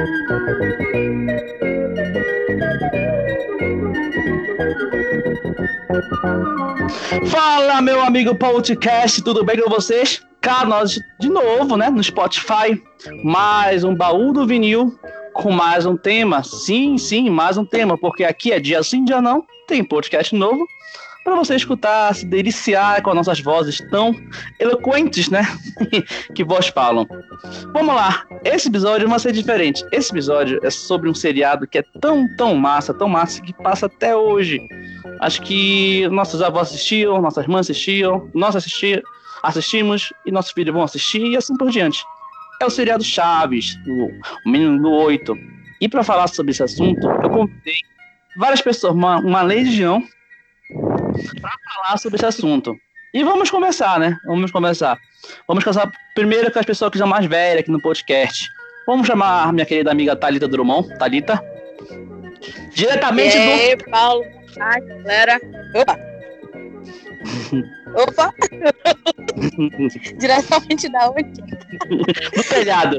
Fala, meu amigo podcast, tudo bem com vocês? Cá nós de novo, né, no Spotify, mais um baú do vinil com mais um tema. Sim, mais um tema, porque aqui é dia sim, dia não, tem podcast novo para você escutar, se deliciar com as nossas vozes tão eloquentes, né, que vos falam. Vamos lá, esse episódio vai ser diferente. Esse episódio é sobre um seriado que é tão massa que passa até hoje. Acho que nossos avós assistiam, nossas mães assistiam, nós assistimos e nossos filhos vão assistir e assim por diante. É o seriado Chaves, o Menino do 8. E para falar sobre esse assunto, eu convidei várias pessoas, uma legião, para falar sobre esse assunto. E vamos começar, né? Vamos começar primeiro com as pessoas que são mais velhas aqui no podcast. Vamos chamar a minha querida amiga Thalita Drummond. Thalita. Diretamente do... Ei, Paulo. Ai, galera. Opa. Diretamente da onde? Do telhado.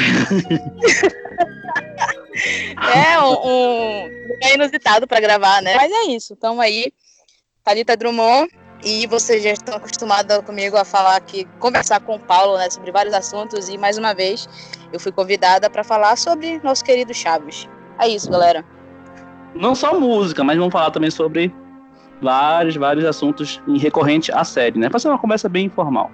É um lugar inusitado para gravar, né? Mas é isso. Estamos aí. Thalita Drummond. E vocês já estão acostumados comigo a falar aqui, conversar com o Paulo, né, sobre vários assuntos. E mais uma vez eu fui convidada para falar sobre nosso querido Chaves. É isso, galera. Não só música, mas vamos falar também sobre vários assuntos recorrentes à série, né? Fazer uma conversa bem informal.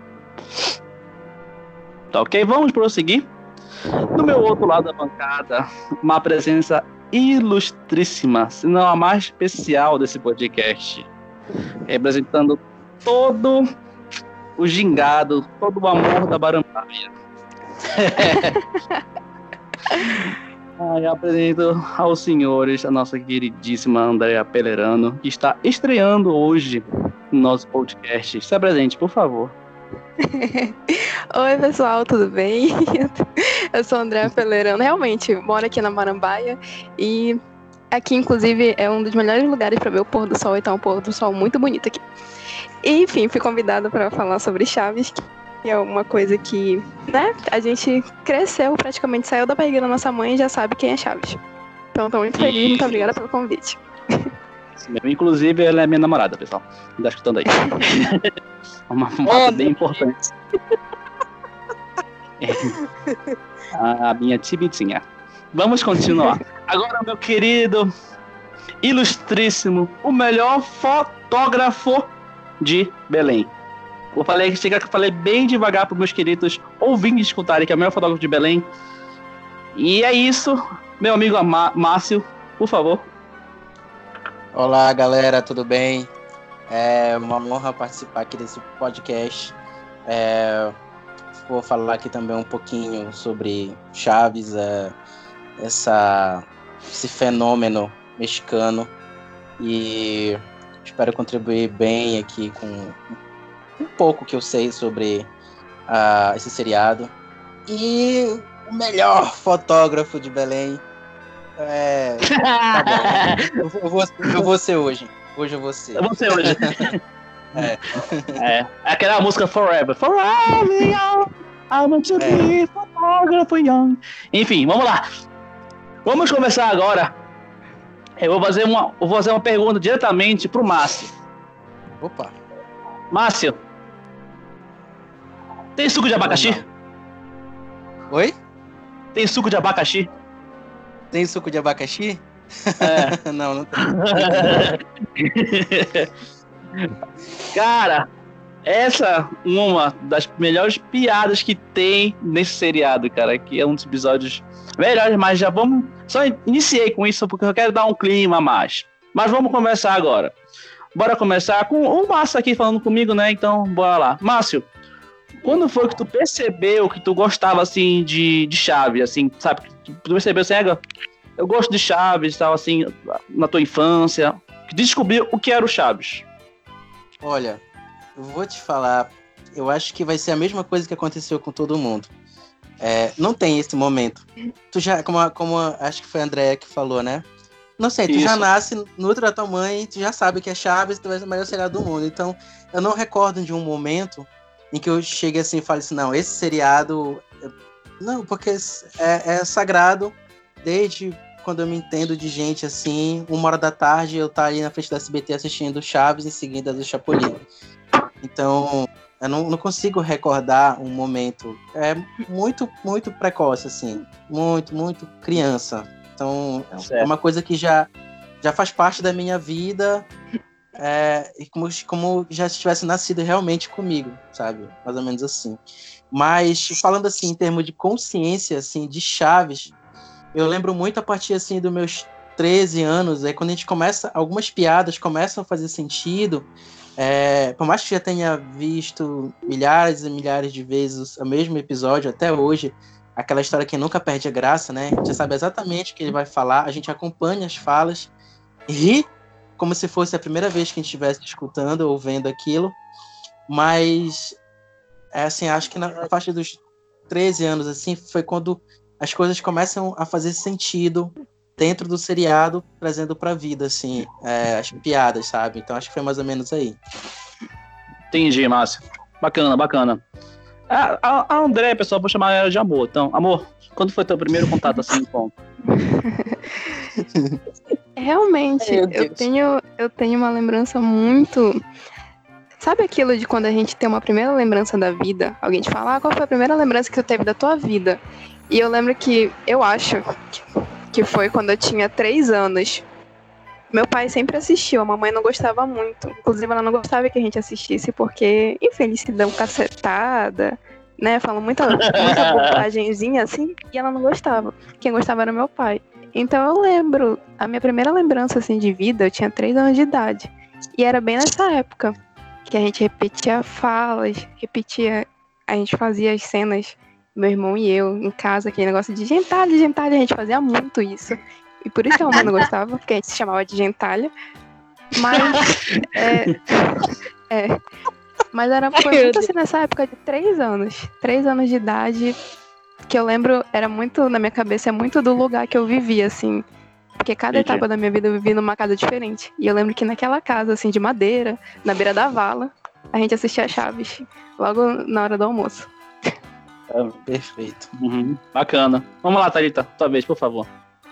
Tá ok? Vamos prosseguir. No meu outro lado da bancada, uma presença ilustríssima, se não a mais especial desse podcast, representando todo o gingado, todo o amor da Barambaia. Eu apresento aos senhores a nossa queridíssima Andréa Pelerano, que está estreando hoje no nosso podcast. Se apresente, por favor. Oi, pessoal, tudo bem? Eu sou a Andréa Pelerano, realmente moro aqui na Barambaia e aqui, inclusive, é um dos melhores lugares para ver o pôr do sol, e tá um pôr do sol muito bonito aqui. E, enfim, fui convidada para falar sobre Chaves, que é uma coisa que, né, a gente cresceu, praticamente saiu da barriga da nossa mãe e já sabe quem é Chaves. Então, tô muito feliz, muito obrigada pelo convite. Inclusive, ela é minha namorada, pessoal. Tá escutando aí. Uma foto bem importante. A minha tibitinha. Vamos continuar. Agora, meu querido, ilustríssimo, o melhor fotógrafo de Belém. Eu falei bem devagar para meus queridos ouvintes escutarem que é o melhor fotógrafo de Belém. E é isso, meu amigo Márcio, por favor. Olá, galera, tudo bem? É uma honra participar aqui desse podcast. Vou falar aqui também um pouquinho sobre Chaves, esse fenômeno mexicano, e espero contribuir bem aqui com um pouco que eu sei sobre esse seriado. E o melhor fotógrafo de Belém tá bom. Eu vou ser hoje. Hoje eu vou ser. Eu vou ser hoje. Aquela música Forever Young, I want to be photographer young. Enfim, vamos lá. Vamos começar agora. Eu vou fazer uma pergunta diretamente pro Márcio. Opa. Márcio, tem suco de abacaxi? Oi? Tem suco de abacaxi? Tem suco de abacaxi? Não tem. Cara, essa é uma das melhores piadas que tem nesse seriado, cara, que é um dos episódios melhores, mas já vamos... Só iniciei com isso porque eu quero dar um clima a mais. Mas vamos começar agora. Bora começar com o Márcio aqui falando comigo, né? Então, bora lá. Márcio, quando foi que tu percebeu que tu gostava, assim, de Chaves, assim, sabe? Tu percebeu, assim, eu gosto de Chaves, tal, assim, na tua infância, que descobriu o que era o Chaves? Olha, eu vou te falar, eu acho que vai ser a mesma coisa que aconteceu com todo mundo. Não tem esse momento. Tu já, como acho que foi a Andréa que falou, né? Não sei, tu já nasce no útero da tua mãe, tu já sabe que é Chaves, tu vai ser o melhor seriado do mundo. Então, eu não recordo de um momento em que eu chegue assim e fale assim, não, esse seriado... Não, porque é sagrado desde quando eu me entendo de gente assim, 1h da tarde eu tá ali na frente da SBT assistindo Chaves em seguida do Chapolin. Então, eu não consigo recordar um momento. É muito, muito precoce, assim. Muito, muito criança. Então, é uma coisa que já faz parte da minha vida, e como já tivesse nascido realmente comigo, sabe? Mais ou menos assim. Mas, falando assim, em termos de consciência, assim, de Chaves, eu lembro muito a partir, assim, dos meus 13 anos, aí quando a gente começa, algumas piadas começam a fazer sentido, por mais que já tenha visto milhares e milhares de vezes o mesmo episódio até hoje, aquela história que nunca perde a graça, né? A gente já sabe exatamente o que ele vai falar, a gente acompanha as falas, ri como se fosse a primeira vez que a gente estivesse escutando ou vendo aquilo, mas assim, acho que na faixa dos 13 anos assim, foi quando as coisas começam a fazer sentido dentro do seriado, trazendo pra vida, assim, as piadas, sabe? Então acho que foi mais ou menos aí. Entendi, Márcio. Bacana, bacana. A André, pessoal, vou chamar ela de Amor. Então, Amor, quando foi teu primeiro contato assim com... Realmente, eu tenho uma lembrança muito... Sabe aquilo de quando a gente tem uma primeira lembrança da vida? Alguém te fala, qual foi a primeira lembrança que tu teve da tua vida? E eu lembro que, eu acho que foi quando eu tinha 3 anos. Meu pai sempre assistiu, a mamãe não gostava muito. Inclusive, ela não gostava que a gente assistisse porque, enfim, eles se dão cacetada, né? Falam muita bobagemzinha assim, e ela não gostava. Quem gostava era meu pai. Então eu lembro, a minha primeira lembrança assim de vida, eu tinha 3 anos de idade. E era bem nessa época que a gente repetia falas, a gente fazia as cenas, meu irmão e eu, em casa, aquele negócio de gentalha, a gente fazia muito isso. E por isso que a mamãe não gostava, porque a gente se chamava de gentalha. Mas, mas foi muito assim nessa época de 3 anos. 3 anos de idade, que eu lembro, era muito, na minha cabeça, é muito do lugar que eu vivia, assim. Porque cada etapa da minha vida eu vivi numa casa diferente. E eu lembro que naquela casa, assim, de madeira, na beira da vala, a gente assistia Chaves, logo na hora do almoço. Perfeito. Uhum, bacana. Vamos lá, Thalita, tua vez, por favor.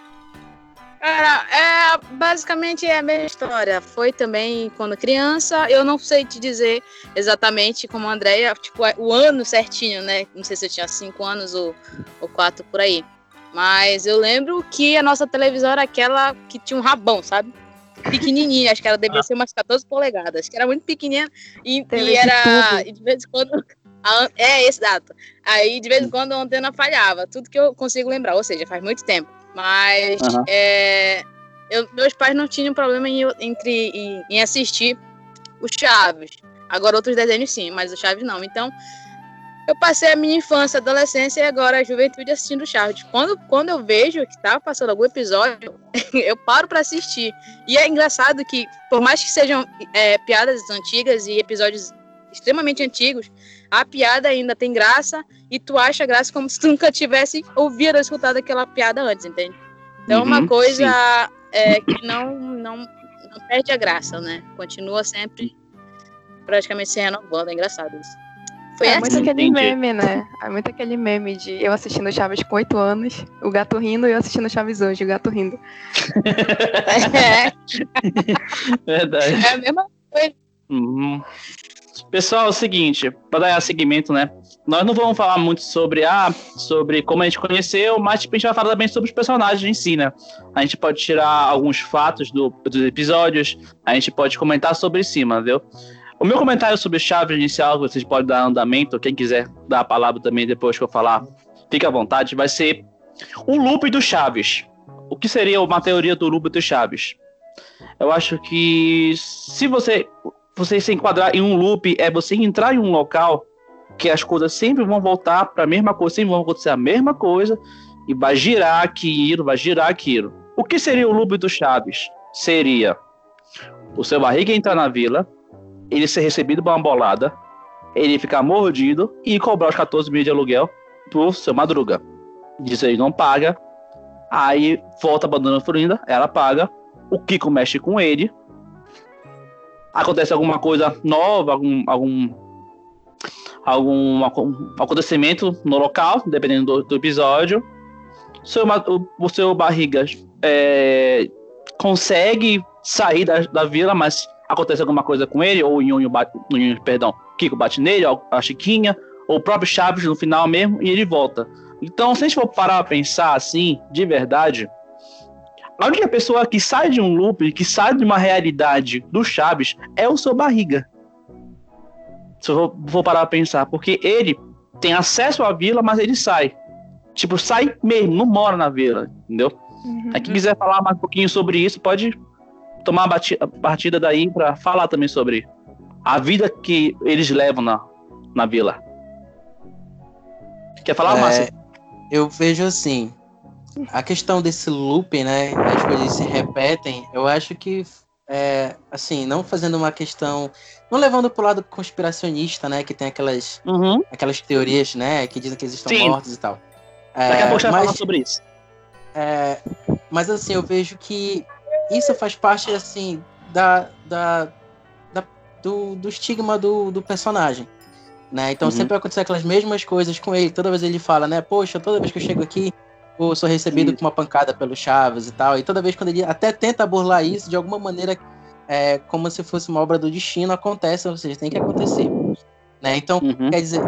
Cara, basicamente é a mesma história. Foi também quando criança. Eu não sei te dizer exatamente como a Andrea, tipo, o ano certinho, né? Não sei se eu tinha 5 anos ou 4 por aí. Mas eu lembro que a nossa televisão era aquela que tinha um rabão, sabe? Pequenininha, acho que ela devia ser umas 14 polegadas, que era muito pequenininha e era... E de vez em quando... Exato. Aí, de vez em quando, a antena falhava. Tudo que eu consigo lembrar, ou seja, faz muito tempo. Mas meus pais não tinham problema em assistir o Chaves. Agora outros desenhos sim, mas o Chaves não. Então, eu passei a minha infância, adolescência e agora a juventude assistindo o Chaves. Quando eu vejo que tá passando algum episódio, eu paro para assistir. E é engraçado que, por mais que sejam piadas antigas e episódios extremamente antigos, a piada ainda tem graça e tu acha graça como se tu nunca tivesse ouvido ou escutado aquela piada antes, entende? Então, uma coisa que não perde a graça, né? Continua sempre praticamente se renovando, é engraçado isso. Foi assim. Muito aquele meme, né? É muito aquele meme de eu assistindo Chaves com 8 anos, o gato rindo, e eu assistindo Chaves hoje, o gato rindo. Verdade. É a mesma coisa. Uhum. Pessoal, é o seguinte, para dar seguimento, né? Nós não vamos falar muito sobre como a gente conheceu, mas tipo, a gente vai falar também sobre os personagens em si, né? A gente pode tirar alguns fatos dos episódios, a gente pode comentar sobre cima, entendeu? O meu comentário sobre Chaves inicial, vocês podem dar andamento, quem quiser dar a palavra também depois que eu falar, fique à vontade, vai ser o loop do Chaves. O que seria uma teoria do loop do Chaves? Eu acho que se você se enquadrar em um loop, é você entrar em um local que as coisas sempre vão voltar para a mesma coisa, sempre vão acontecer a mesma coisa, e vai girar aquilo. O que seria o loop do Chaves? Seria o seu barriga entrar na vila, ele ser recebido por uma bolada, ele ficar mordido e cobrar os 14 mil de aluguel pro seu Madruga. Diz ele não paga, aí volta a Dona Florinda, ela paga, o Kiko mexe com ele, acontece alguma coisa nova, algum acontecimento no local, dependendo do episódio, o seu barriga consegue sair da vila, mas acontece alguma coisa com ele, ou o Nhonho Kiko bate nele, ou a Chiquinha, ou o próprio Chaves no final mesmo, e ele volta. Então, se a gente for parar a pensar assim, de verdade, a única pessoa que sai de um loop, que sai de uma realidade do Chaves, é o seu barriga. Se eu vou parar a pensar, porque ele tem acesso à vila, mas ele sai. Tipo, sai mesmo, não mora na vila, entendeu? Aí quem quiser falar mais um pouquinho sobre isso, pode tomar a partida daí pra falar também sobre a vida que eles levam na vila. Quer falar, Márcio? Eu vejo assim, a questão desse looping, né, as coisas se repetem, eu acho que, assim, não fazendo uma questão, não levando pro lado conspiracionista, né, que tem aquelas teorias, né, que dizem que existem mortos e tal. Daqui a pouco a gente vai falar sobre isso. Mas assim, eu vejo que isso faz parte, assim, do estigma do personagem, né? Então sempre vai acontecer aquelas mesmas coisas com ele. Toda vez ele fala, né? Poxa, toda vez que eu chego aqui, eu sou recebido com uma pancada pelo Chaves e tal. E toda vez quando ele até tenta burlar isso, de alguma maneira, como se fosse uma obra do destino, acontece, ou seja, tem que acontecer, né? Então, quer dizer,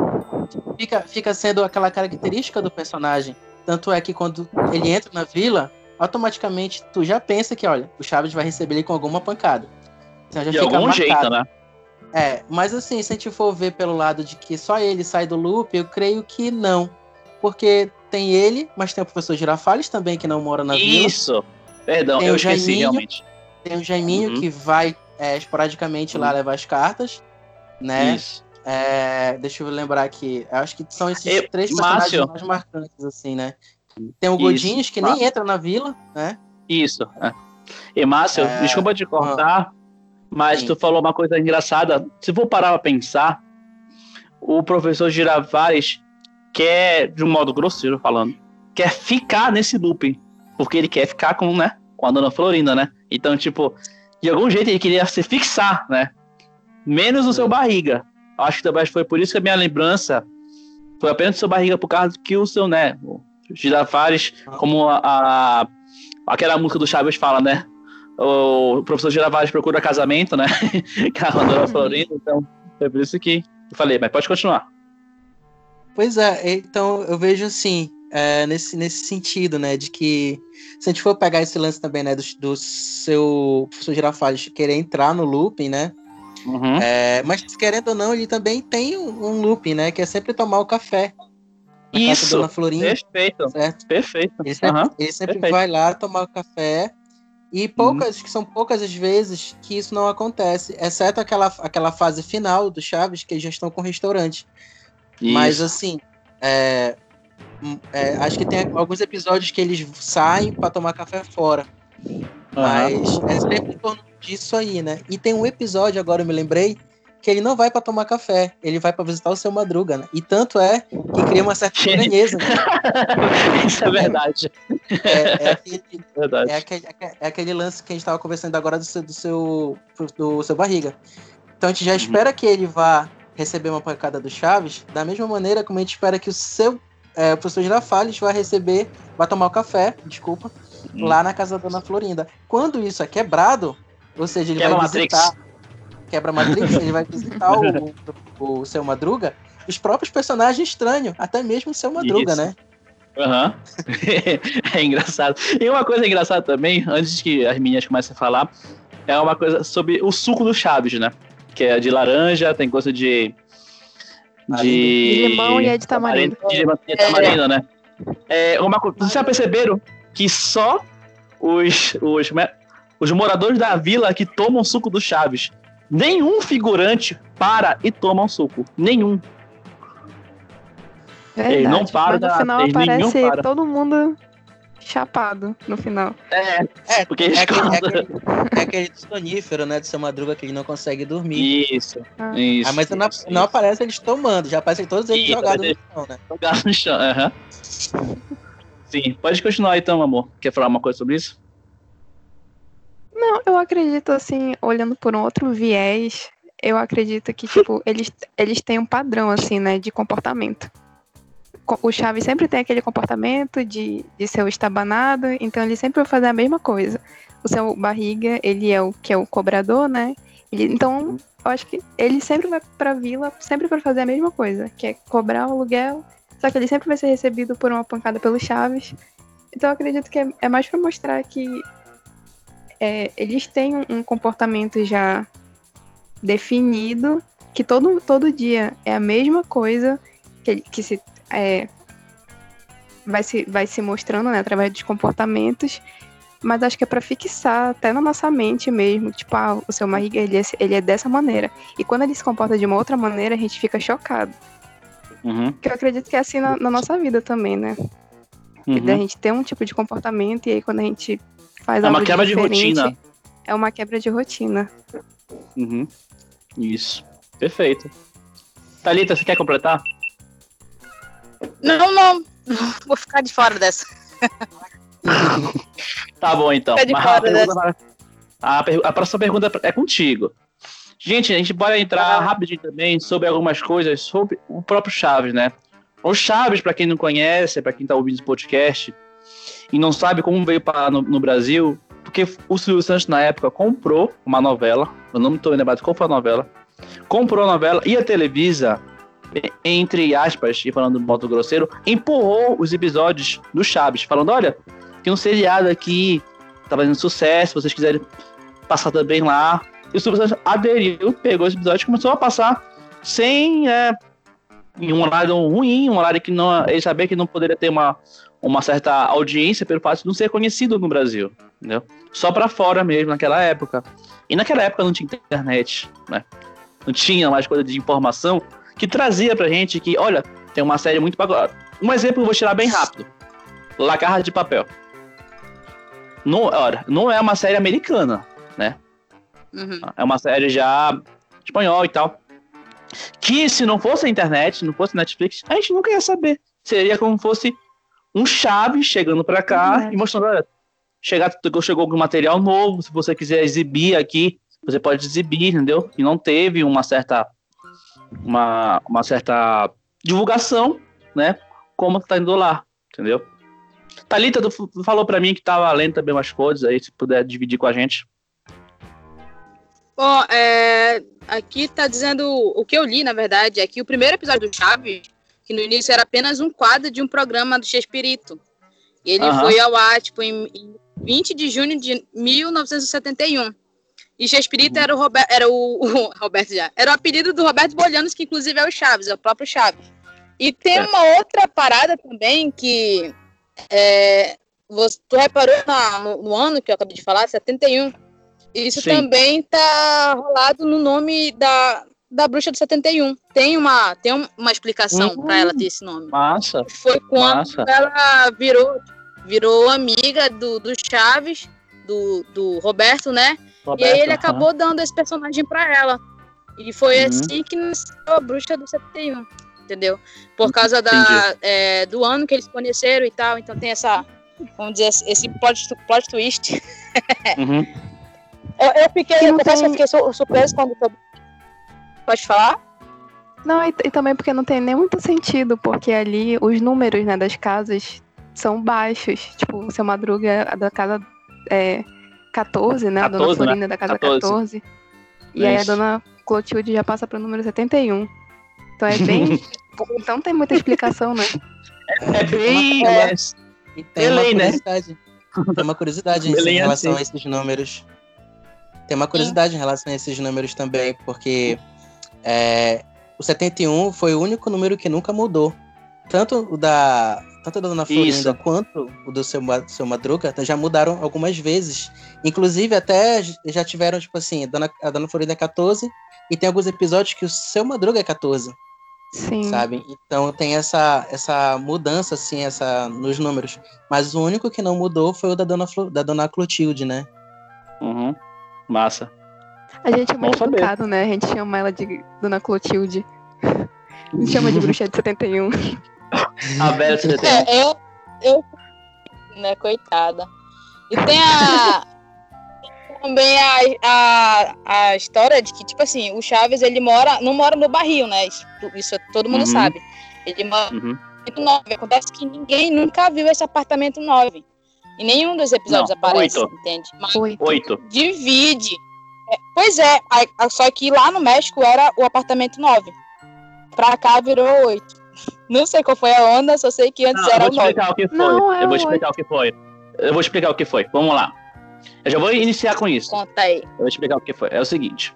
fica sendo aquela característica do personagem. Tanto é que quando ele entra na vila, automaticamente tu já pensa que, olha, o Chaves vai receber ele com alguma pancada. Então já de fica algum marcado. jeito, né? Mas assim, se a gente for ver pelo lado de que só ele sai do loop, eu creio que não. Porque tem ele, mas tem o professor Girafales também, que não mora na vila. Isso! Perdão, eu esqueci realmente. Tem o Jaiminho, que vai esporadicamente lá levar as cartas, né? Isso. Deixa eu lembrar aqui. Eu acho que são esses três personagens Márcio, mais marcantes, assim, né? Tem o Godinhos, que nem entra na vila, né? Isso. E Márcio, desculpa te cortar, mas tu falou uma coisa engraçada. Se for parar pra pensar, o professor Girafales quer, de um modo grosseiro falando, quer ficar nesse looping. Porque ele quer ficar com a Dona Florinda, né? Então, tipo, de algum jeito ele queria se fixar, né? Menos o seu barriga. Acho que também foi por isso que a minha lembrança foi apenas do seu barriga, por causa que o seu, né? O Girafales, como aquela música do Chaves fala, né? O professor Girafales procura casamento, né? Com a Dona Florinda, então foi por isso que eu falei, mas pode continuar. Pois então eu vejo assim, nesse sentido, né? De que se a gente for pegar esse lance também, né? Do seu professor Girafales querer entrar no looping, né? Mas querendo ou não, ele também tem um looping, né? Que é sempre tomar o café. Isso, Dona Florinda, perfeito, certo? Perfeito. Ele sempre vai lá tomar o café e que são poucas as vezes que isso não acontece, exceto aquela fase final do Chaves, que eles já estão com o restaurante. Isso. Mas assim, acho que tem alguns episódios que eles saem para tomar café fora. Mas é sempre em torno disso aí, né? E tem um episódio, agora eu me lembrei, que ele não vai pra tomar café, ele vai pra visitar o Seu Madruga, né? E tanto é que cria uma certa estranheza. Né? Isso é verdade. É aquele lance que a gente tava conversando agora do seu barriga. Então a gente já espera que ele vá receber uma pancada do Chaves, da mesma maneira como a gente espera que o professor Girafales vai tomar o café, lá na casa da Dona Florinda. Quando isso é quebrado, ou seja, ele vai visitar... Quebra Matrix, ele vai visitar o Seu Madruga, os próprios personagens estranhos, até mesmo o Seu Madruga, né? É engraçado. E uma coisa engraçada também, antes que as meninas comecem a falar, é uma coisa sobre o suco do Chaves, né? Que é de laranja, tem coisa de limão e de tamarindo. De tamarindo, né? Vocês já perceberam que só os moradores da vila que tomam suco do Chaves? Nenhum figurante para e toma um suco. Nenhum. Verdade, ele não para. Mas no final aparece todo mundo chapado no final. Porque é aquele sonífero, né, do Seu Madruga que ele não consegue dormir. Isso. Mas não aparece eles tomando, já aparecem todos eles jogados no chão, né? Jogados no chão, Sim, pode continuar então, amor. Quer falar uma coisa sobre isso? Não, eu acredito, assim, olhando por um outro viés, eu acredito que, tipo, eles têm um padrão, assim, né, de comportamento. o Chaves sempre tem aquele comportamento de ser o estabanado, então ele sempre vai fazer a mesma coisa. O seu Barriga, ele é o que é o cobrador, né? Então, eu acho que ele sempre vai pra vila, sempre para fazer a mesma coisa, que é cobrar o aluguel, só que ele sempre vai ser recebido por uma pancada pelo Chaves. Então, eu acredito que é mais pra mostrar que eles têm um comportamento já definido, que todo dia é a mesma coisa, que vai se mostrando, né, através dos comportamentos, mas acho que é pra fixar até na nossa mente mesmo, tipo, o seu Barriga, ele é dessa maneira. E quando ele se comporta de uma outra maneira, a gente fica chocado. Que eu acredito que é assim na nossa vida também, né? Da gente ter um tipo de comportamento e aí quando a gente faz algo quebra de diferente, rotina. é uma quebra de rotina. Isso. Perfeito. Thalita, você quer completar? Não. Vou ficar de fora dessa. Tá bom, então. Fica de Mas fora a próxima pergunta é contigo. Gente, a gente pode entrar rapidinho também sobre algumas coisas sobre o próprio Chaves, né? O Chaves, para quem não conhece, para quem tá ouvindo esse podcast e não sabe como veio parar no Brasil, porque o Silvio Santos, na época, comprou uma novela, eu não me tô lembrado qual foi a novela, comprou a novela e a Televisa, entre aspas, e falando de modo grosseiro, empurrou os episódios do Chaves, falando, olha, tem um seriado aqui, tá fazendo sucesso, se vocês quiserem passar também lá. E o Silvio Santos aderiu, pegou os episódios e começou a passar sem em um horário ruim, um horário que não, ele sabia que não poderia ter uma certa audiência pelo fato de não ser conhecido no Brasil, entendeu? Só pra fora mesmo, naquela época. E naquela época não tinha internet, né? Não tinha mais coisa de informação que trazia pra gente que, olha, tem uma série muito bacana. Um exemplo eu vou tirar bem rápido. La Casa de Papel. Não é uma série americana, né? É uma série já espanhol e tal. Que se não fosse a internet, se não fosse Netflix, a gente nunca ia saber. Seria como fosse um Chaves chegando pra cá e mostrando, olha, chegou algum material novo, se você quiser exibir aqui, você pode exibir, entendeu? E não teve uma certa divulgação, né? Como tá indo lá, entendeu? Thalita, tu falou pra mim que tava lendo também umas coisas aí, se puder dividir com a gente. Bom, aqui tá dizendo o que eu li, na verdade, é que o primeiro episódio do Chaves, que no início era apenas um quadro de um programa do Chespirito. E ele foi ao ar, tipo, em 20 de junho de 1971. E Chespirito era o Roberto já. Era o apelido do Roberto Bolanos, que inclusive é o Chaves, é o próprio Chaves. E tem uma outra parada também que tu reparou no ano que eu acabei de falar, 71. Isso Sim. também tá rolado no nome da Bruxa do 71. Tem uma explicação para ela ter esse nome. Massa. Foi quando ela virou amiga do Chaves, do Roberto, né? E aí ele acabou dando esse personagem para ela. E foi assim que nasceu a Bruxa do 71, entendeu? Por causa do ano que eles conheceram e tal. Então tem essa, vamos dizer, esse plot twist. Eu fiquei surpresa quando eu... Pode falar? Não, e também porque não tem nem muito sentido, porque ali os números, né, das casas são baixos. Tipo, o Seu Madruga é da casa 14, né? 14, a Dona Florinda é da casa 14. E aí a Dona Clotilde já passa para o número 71. Então é bem... então não tem muita explicação, né? É bem... E tem uma curiosidade. Tem uma curiosidade em relação a esses números. Tem uma curiosidade em relação a esses números também, porque o 71 foi o único número que nunca mudou. Tanto da Dona Florinda quanto o do Seu Madruga já mudaram algumas vezes. Inclusive, até já tiveram, tipo assim, a Dona Florinda é 14 e tem alguns episódios que o Seu Madruga é 14. Sim. Sabe? Então tem essa mudança, assim, nos números. Mas o único que não mudou foi o da Dona Clotilde, né? Massa. A gente é muito educado, né? A gente chama ela de Dona Clotilde. A gente chama de Bruxa de 71. A velha de 71. Eu né, coitada. E tem também a história de que, tipo assim, o Chaves, ele não mora no barril, né? Isso todo mundo sabe. Ele mora 9. Acontece que ninguém nunca viu esse apartamento 9. Em nenhum dos episódios aparece, 8. entende? Mas 8. divide. Pois é, só que lá no México era o apartamento 9. Pra cá virou 8. Não sei qual foi a onda, só sei que antes era o 9. Eu vou explicar o que foi. Eu vou explicar o que foi. Vamos lá. Eu já vou iniciar com isso. Conta aí. Eu vou explicar o que foi. É o seguinte.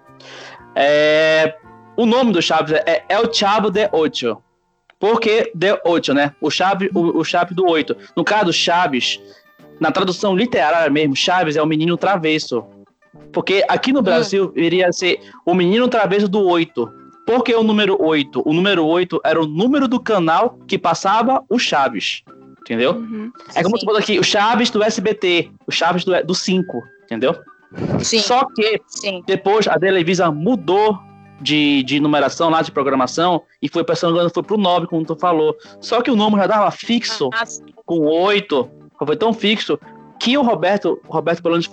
O nome do Chaves é El Chavo de Ocho. Por que de Ocho, né? O Chaves do 8. No caso do Chaves, na tradução literária mesmo, Chaves é o menino travesso. Porque aqui no Brasil iria ser o menino travesso do 8. Por que o número 8? O número 8 era o número do canal que passava o Chaves. Entendeu? Uhum. É como se fosse aqui, o Chaves do SBT, o Chaves do 5, entendeu? Sim. Só que depois a Televisa mudou de numeração lá, de programação, e foi pro 9, como tu falou. Só que o número já dava fixo, com 8, foi tão fixo, que o Roberto Bolanos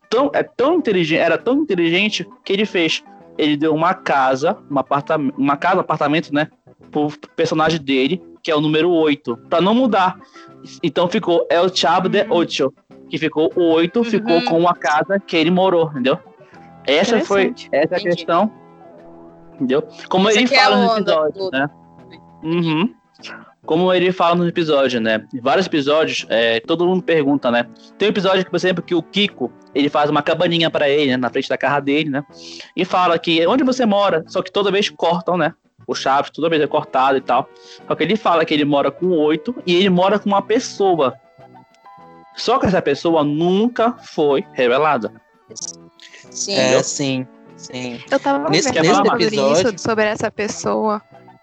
era tão inteligente que ele fez. Ele deu uma casa, um apartamento, né, pro personagem dele, que é o número 8, pra não mudar. Então ficou El Chavo de Ocho, que ficou o 8, ficou com a casa que ele morou, entendeu? Essa é a questão, entendeu? Como ele fala no episódio, né? Uhum. Como ele fala no episódio, né? Em vários episódios, todo mundo pergunta, né? Tem um episódio, por exemplo, que o Kiko, ele faz uma cabaninha pra ele, né? Na frente da casa dele, né? E fala que, onde você mora? Só que toda vez cortam, né? O Chaves, toda vez é cortado e tal. Só que ele fala que ele mora com 8 e ele mora com uma pessoa. Só que essa pessoa nunca foi revelada. Sim. Sim. Eu tava Nesse vendo sobre episódio... isso, sobre essa pessoa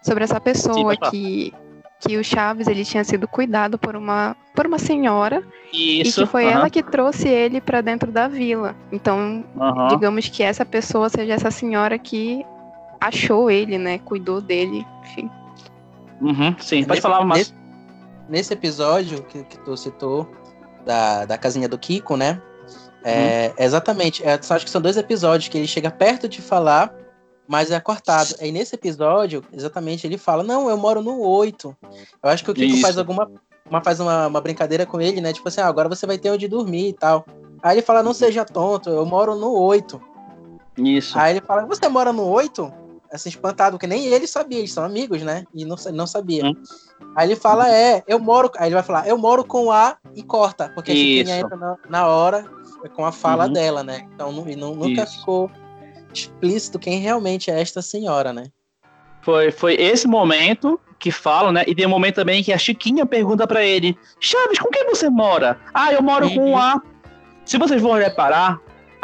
Sim, que o Chaves ele tinha sido cuidado por uma senhora. Isso, e que foi ela que trouxe ele pra dentro da vila. Então, digamos que essa pessoa seja essa senhora que achou ele, né? Cuidou dele, enfim. Sim, pode falar mais. Nesse episódio que tu citou, da casinha do Kiko, né? Exatamente. Acho que são 2 episódios que ele chega perto de falar, mas é cortado. Aí nesse episódio, exatamente, ele fala, não, eu moro no 8. Eu acho que o Kiko faz uma brincadeira com ele, né? Tipo assim, agora você vai ter onde dormir e tal. Aí ele fala, não seja tonto, eu moro no 8. Isso. Aí ele fala, você mora no 8? Assim, espantado, porque nem ele sabia, eles são amigos, né? E não sabia. Aí ele fala, eu moro... Aí ele vai falar, eu moro com A e corta, porque a Chiquinha entra na hora com a fala dela, né? Então nunca ficou explícito quem realmente é esta senhora, né? Foi esse momento que falam, né? E tem um momento também que a Chiquinha pergunta pra ele, Chaves, com quem você mora? Eu moro com A. Se vocês vão reparar,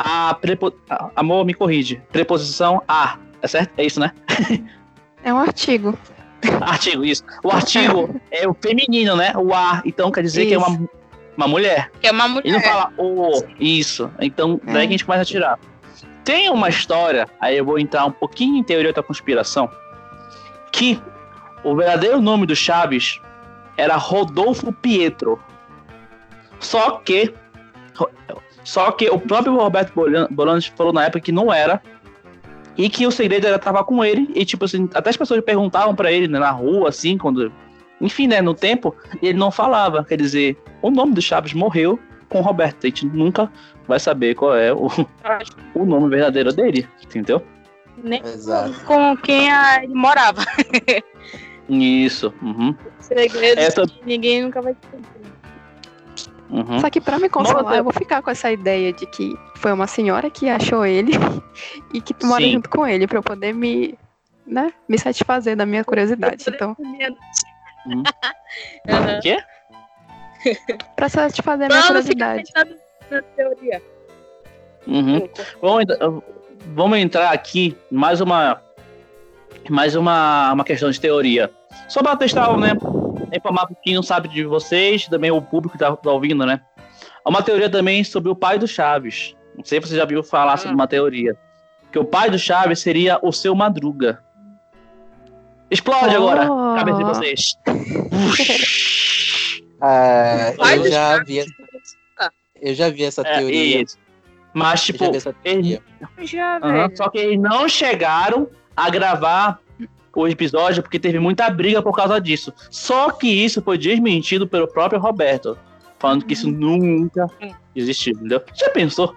amor, me corrige. Preposição A. É certo? É isso, né? É um artigo. Artigo, isso. O artigo é o feminino, né? O A. Então quer dizer que é uma mulher. Que é uma mulher. E não fala o. Isso. Então, daí que a gente começa a tirar. Tem uma história, aí eu vou entrar um pouquinho em teoria da conspiração, que o verdadeiro nome do Chaves era Rodolfo Pietro. Só que o próprio Roberto Bolanos falou na época que não era, e que o segredo era estar com ele, e tipo assim, até as pessoas perguntavam pra ele, né, na rua, assim, quando... Enfim, né, no tempo, e ele não falava. Quer dizer, o nome do Chaves morreu com o Roberto. A gente nunca vai saber qual é o nome verdadeiro dele, entendeu? Nem com quem ele morava. Isso. Segredos que ninguém nunca vai saber. Só que pra me consolar, eu vou ficar com essa ideia de que foi uma senhora que achou ele e que mora junto com ele, pra eu poder me satisfazer da minha curiosidade. Então... Quê? Pra satisfazer a minha curiosidade. Na teoria. Vamos entrar aqui mais uma questão de teoria. Só para testar, né? Informar para quem não sabe de vocês, também o público que tá ouvindo, né? Há uma teoria também sobre o pai do Chaves. Não sei se você já viu falar sobre uma teoria. Que o pai do Chaves seria o Seu Madruga. Explode agora, cabeça de vocês. Eu já vi essa teoria. Isso. Mas, tipo, só que eles não chegaram a gravar o episódio porque teve muita briga por causa disso. Só que isso foi desmentido pelo próprio Roberto, falando que isso nunca existiu, entendeu? Já pensou?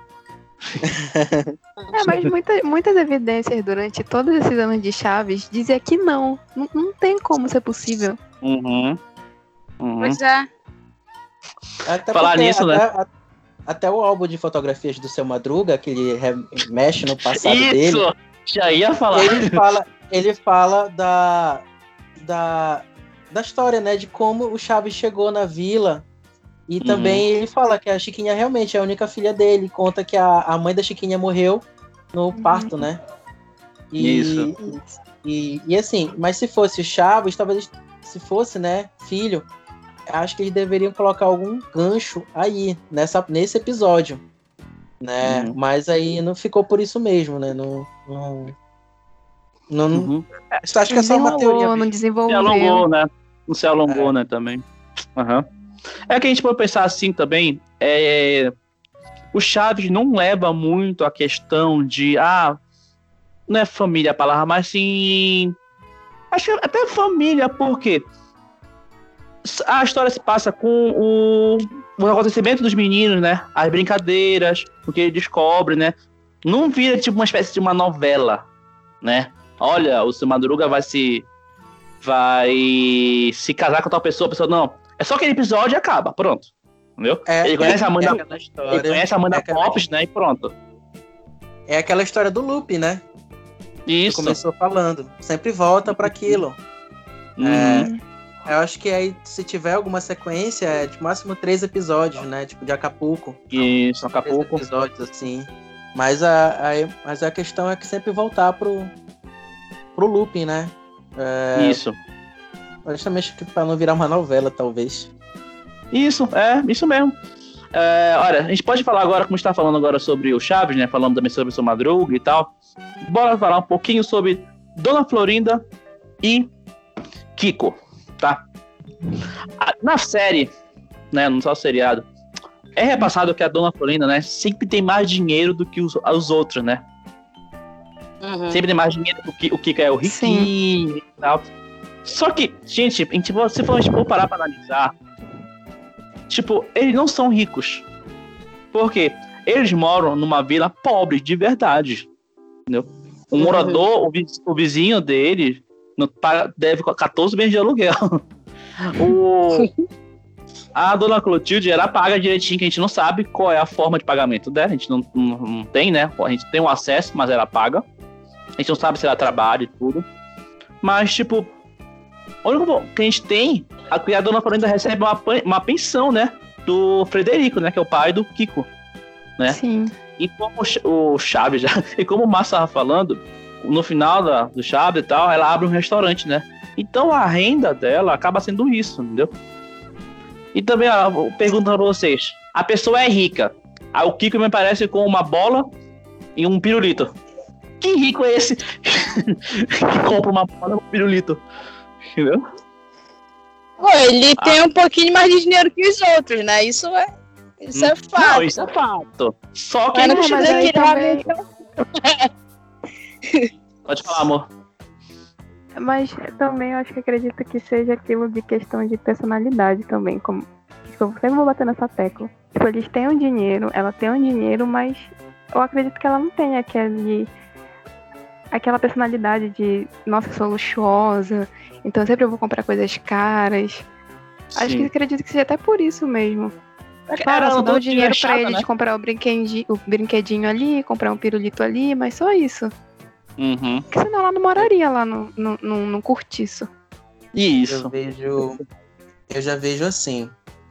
Mas muitas evidências durante todos esses anos de Chaves dizia que não tem como ser possível. Pois é. Até Falar nisso, né? Até o álbum de fotografias do Seu Madruga, que ele mexe no passado dele. Isso! Já ia falar. Ele fala da história, né? De como o Chaves chegou na vila. E também ele fala que a Chiquinha realmente é a única filha dele. Conta que a mãe da Chiquinha morreu no parto, né? Isso. E assim, mas se fosse o Chaves, talvez se fosse, né, filho, acho que eles deveriam colocar algum gancho aí, nesse episódio, né? Mas aí não ficou por isso mesmo, né? Acho que é só uma teoria. Não desenvolveu. Se alongou, né? Não se alongou, né, também. É que a gente pode pensar assim também, o Chaves não leva muito a questão de, não é família a palavra, mas sim, acho que até família, porque a história se passa com o acontecimento dos meninos, né? As brincadeiras, o que ele descobre, né? Não vira tipo uma espécie de uma novela, né? Olha, o Seu Madruga vai se casar com tal pessoa, a pessoa não. É só aquele episódio e acaba, pronto. Entendeu? Ele conhece a Amanda Popes, né? E pronto. É aquela história do loop, né? Isso. Que começou falando. Sempre volta para aquilo. Eu acho que aí, se tiver alguma sequência, é de máximo 3 episódios, né? Tipo de Acapulco. Isso, Acapulco. 3 episódios, assim. Mas a questão é que sempre voltar pro looping, né? Isso. Justamente pra não virar uma novela, talvez. Isso mesmo. Olha, a gente pode falar agora, como a gente tá falando agora sobre o Chaves, né? Falando também sobre o Seu Madruga e tal. Bora falar um pouquinho sobre Dona Florinda e Kiko, tá? Na série, né? No só seriado, é repassado que a Dona Florinda, né? Sempre tem mais dinheiro do que os outros, né? Sempre tem mais dinheiro do que o Kiko é o riquinho e tal. Só que, gente, se for parar pra analisar, tipo, eles não são ricos. Por quê? Eles moram numa vila pobre, de verdade. Entendeu? O morador, o vizinho dele, deve 14 meses de aluguel. A Dona Clotilde, ela paga direitinho, que a gente não sabe qual é a forma de pagamento dela. A gente não tem, né? A gente tem um acesso, mas ela paga. A gente não sabe se ela trabalha e tudo. Mas, tipo, o único que a gente tem, a Dona Florinda recebe uma pensão, né? Do Frederico, né? Que é o pai do Kiko, né? Sim. E como o Chaves já... E como o Márcio estava falando, no final do Chaves e tal, ela abre um restaurante, né? Então a renda dela acaba sendo isso, entendeu? E também, eu pergunto pra vocês, a pessoa é rica, aí o Kiko me parece com uma bola e um pirulito. Que rico é esse que compra uma bola e um pirulito? Entendeu? Ele tem um pouquinho mais de dinheiro que os outros, né? Isso é fato. Não, isso é fato. Só que mas ele não precisa aí tirar também... Pode falar, amor. Mas também eu acho que acredito que seja aquilo de questão de personalidade também. Como, tipo, eu sempre vou bater nessa tecla. Tipo, eles têm um dinheiro, ela tem um dinheiro, mas eu acredito que ela não tem aquela personalidade de, nossa, eu sou luxuosa, então sempre eu vou comprar coisas caras. Sim. Acho que acredito que seja até por isso mesmo. Claro, Você dá o dinheiro pra ele, eles comprar o brinquedinho ali, comprar um pirulito ali, mas só isso. Porque senão ela não moraria lá no cortiço. Isso. Eu já vejo assim.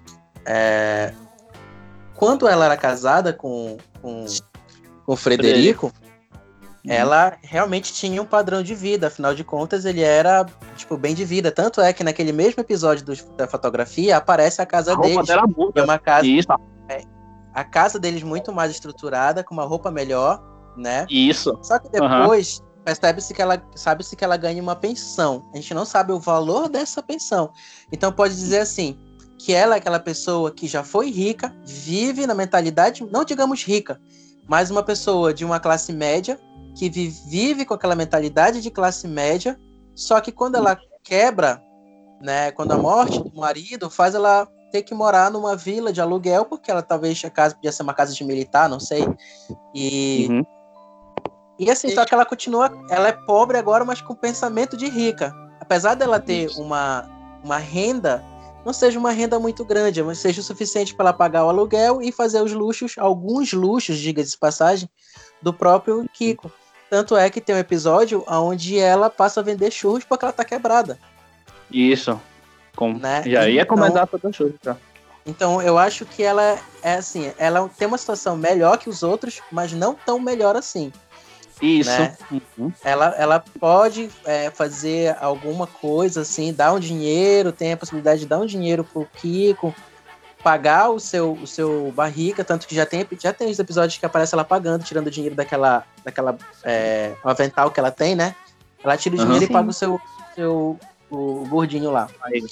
Quando ela era casada com o Frederico, ela realmente tinha um padrão de vida. Afinal de contas, ele era, tipo, bem de vida. Tanto é que naquele mesmo episódio da fotografia aparece a casa deles. É uma casa. Isso. A casa deles muito mais estruturada, com uma roupa melhor, né? Isso. Só que depois sabe-se que ela ganha uma pensão. A gente não sabe o valor dessa pensão. Então pode dizer assim, que ela é aquela pessoa que já foi rica, vive na mentalidade, não digamos rica, mas uma pessoa de uma classe média, que vive com aquela mentalidade de classe média, Só que quando ela quebra, né, quando a morte do marido faz ela ter que morar numa vila de aluguel, porque ela talvez a casa podia ser uma casa de militar, não sei. Uhum. E assim, só que ela continua, ela é pobre agora, mas com pensamento de rica. Apesar dela ter uma renda, não seja uma renda muito grande, mas seja o suficiente para ela pagar o aluguel e fazer os luxos, alguns luxos, diga-se de passagem, do próprio Kiko. Tanto é que tem um episódio onde ela passa a vender churros porque ela tá quebrada. Isso. Né? Já ia comentar sobre o churros, tá? Então, eu acho que ela é assim, ela tem uma situação melhor que os outros, mas não tão melhor assim. Isso. Né? Uhum. Ela pode fazer alguma coisa assim, dar um dinheiro, tem a possibilidade de dar um dinheiro pro Kiko, pagar o seu barriga, tanto que já tem os episódios que aparece ela pagando, tirando o dinheiro daquela avental que ela tem, né? Ela tira o dinheiro e paga o gordinho lá. Aí.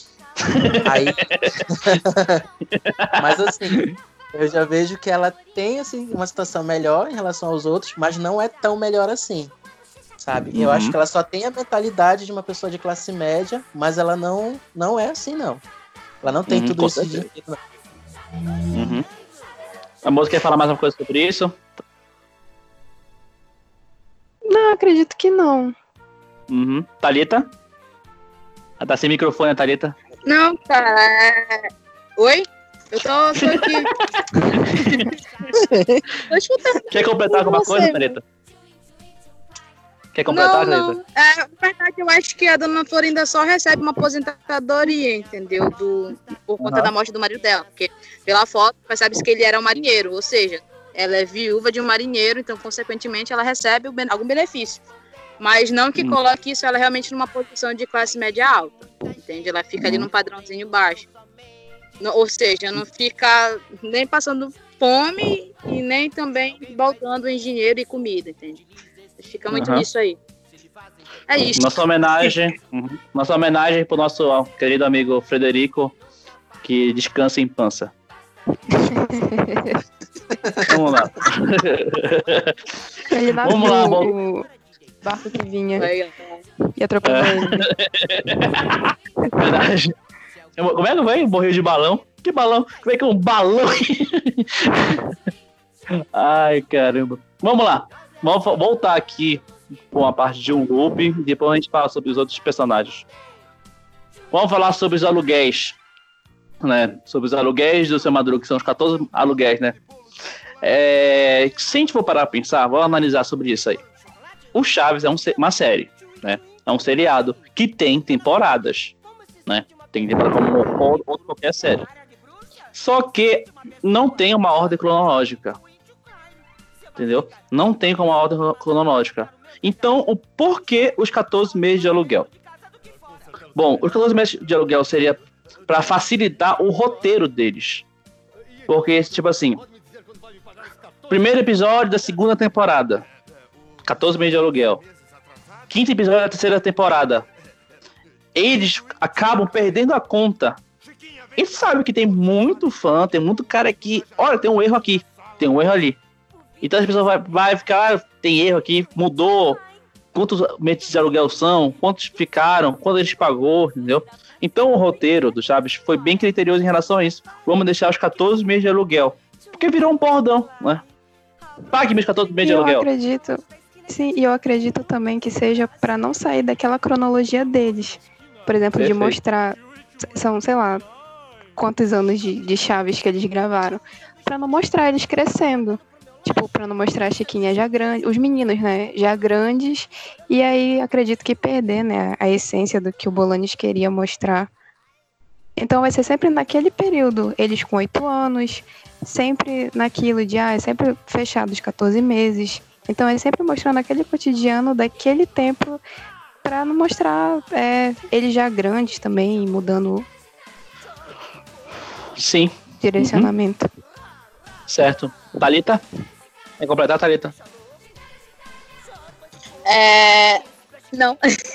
Mas assim, eu já vejo que ela tem assim, uma situação melhor em relação aos outros, mas não é tão melhor assim, sabe? Eu acho que ela só tem a mentalidade de uma pessoa de classe média, mas ela não é assim, não. Ela não tem tudo isso de dinheiro, não. A moça quer falar mais uma coisa sobre isso? Não, acredito que não. Thalita? Ela tá sem microfone, a Thalita. Não, cara. Oi? Eu tô aqui. Tô escutando. Quer completar alguma coisa, Thalita? Quer completar, Thalita? Na verdade, eu acho que a dona Florinda só recebe uma aposentadoria, entendeu? Por conta da morte do marido dela. Porque pela foto, percebe-se que ele era um marinheiro. Ou seja, ela é viúva de um marinheiro, então, consequentemente, ela recebe algum benefício. Mas não que coloque isso ela realmente numa posição de classe média alta, entende? Ela fica ali num padrãozinho baixo. Ou seja, não fica nem passando fome e nem também baltando em dinheiro e comida, entende? Fica muito nisso aí. É isso. Nossa homenagem pro nosso querido amigo Frederico, que descansa em pança. Vamos lá. Ele nasceu o barco que vinha e atropelou ele. Verdade. Como é que foi? Morreu de balão? Que balão? Como é que é um balão? Ai, caramba. Vamos lá. Vamos voltar aqui com a parte de um loop e depois a gente fala sobre os outros personagens. Vamos falar sobre os aluguéis. Né? Sobre os aluguéis do Seu Madruga, que são os 14 aluguéis, né? Se a gente for parar a pensar, vamos analisar sobre isso aí. O Chaves é uma série, né? É um seriado que tem temporadas, né? Tem temporada como outra qualquer série. Só que não tem uma ordem cronológica. Entendeu? Não tem como uma ordem cronológica. Então, o porquê os 14 meses de aluguel? Bom, os 14 meses de aluguel seria para facilitar o roteiro deles. Porque, tipo assim, primeiro episódio da segunda temporada, 14 meses de aluguel. Quinto episódio da terceira temporada. Eles acabam perdendo a conta. E sabe que tem muito fã, tem muito cara que, olha, tem um erro aqui, tem um erro ali. Então as pessoas vai ficar, tem erro aqui, mudou, quantos meses de aluguel são, quantos ficaram, quanto eles pagou, entendeu? Então o roteiro do Chaves foi bem criterioso em relação a isso. Vamos deixar os 14 meses de aluguel. Porque virou um bordão, né? Pague meus 14 meses de aluguel. Eu acredito também que seja para não sair daquela cronologia deles. Por exemplo, de mostrar, são, sei lá, quantos anos de Chaves que eles gravaram. Para não mostrar eles crescendo. Tipo, pra não mostrar a Chiquinha já grande, os meninos, né, já grandes, e aí acredito que perder, né, a essência do que o Bolanes queria mostrar. Então vai ser sempre naquele período, eles com 8 anos, sempre naquilo de, sempre fechado os 14 meses. Então é sempre mostrando aquele cotidiano daquele tempo, pra não mostrar eles já grandes também, mudando Sim. Direcionamento. Certo. Thalita? Quer completar, Thalita? Não.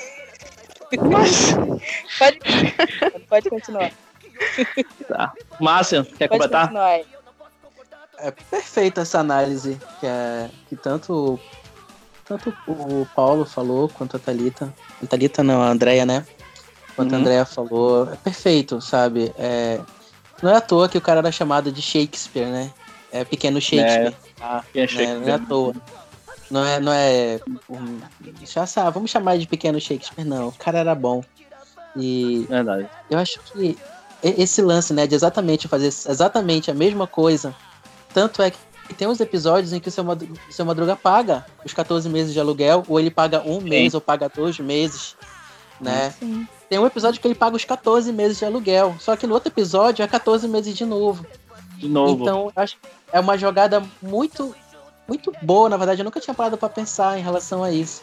Pode continuar. Tá. Márcia, quer completar? É perfeita essa análise que tanto tanto o Paulo falou, quanto a Thalita. A Thalita não, a Andrea, né? Quanto a Andrea falou, é perfeito, sabe? Não é à toa que o cara era chamado de Shakespeare, né? É pequeno Shakespeare. Não é à toa. Não é já sabe, vamos chamar de pequeno Shakespeare, não. O cara era bom. E Verdade. eu acho que esse lance, né, de exatamente fazer exatamente a mesma coisa, tanto é que tem uns episódios em que o Seu Madruga paga os 14 meses de aluguel, ou ele paga um mês, ou paga 2 meses, né? Sim. Tem um episódio que ele paga os 14 meses de aluguel, só que no outro episódio é 14 meses de novo. De novo. Então, acho que é uma jogada muito, muito boa, na verdade, eu nunca tinha parado pra pensar em relação a isso.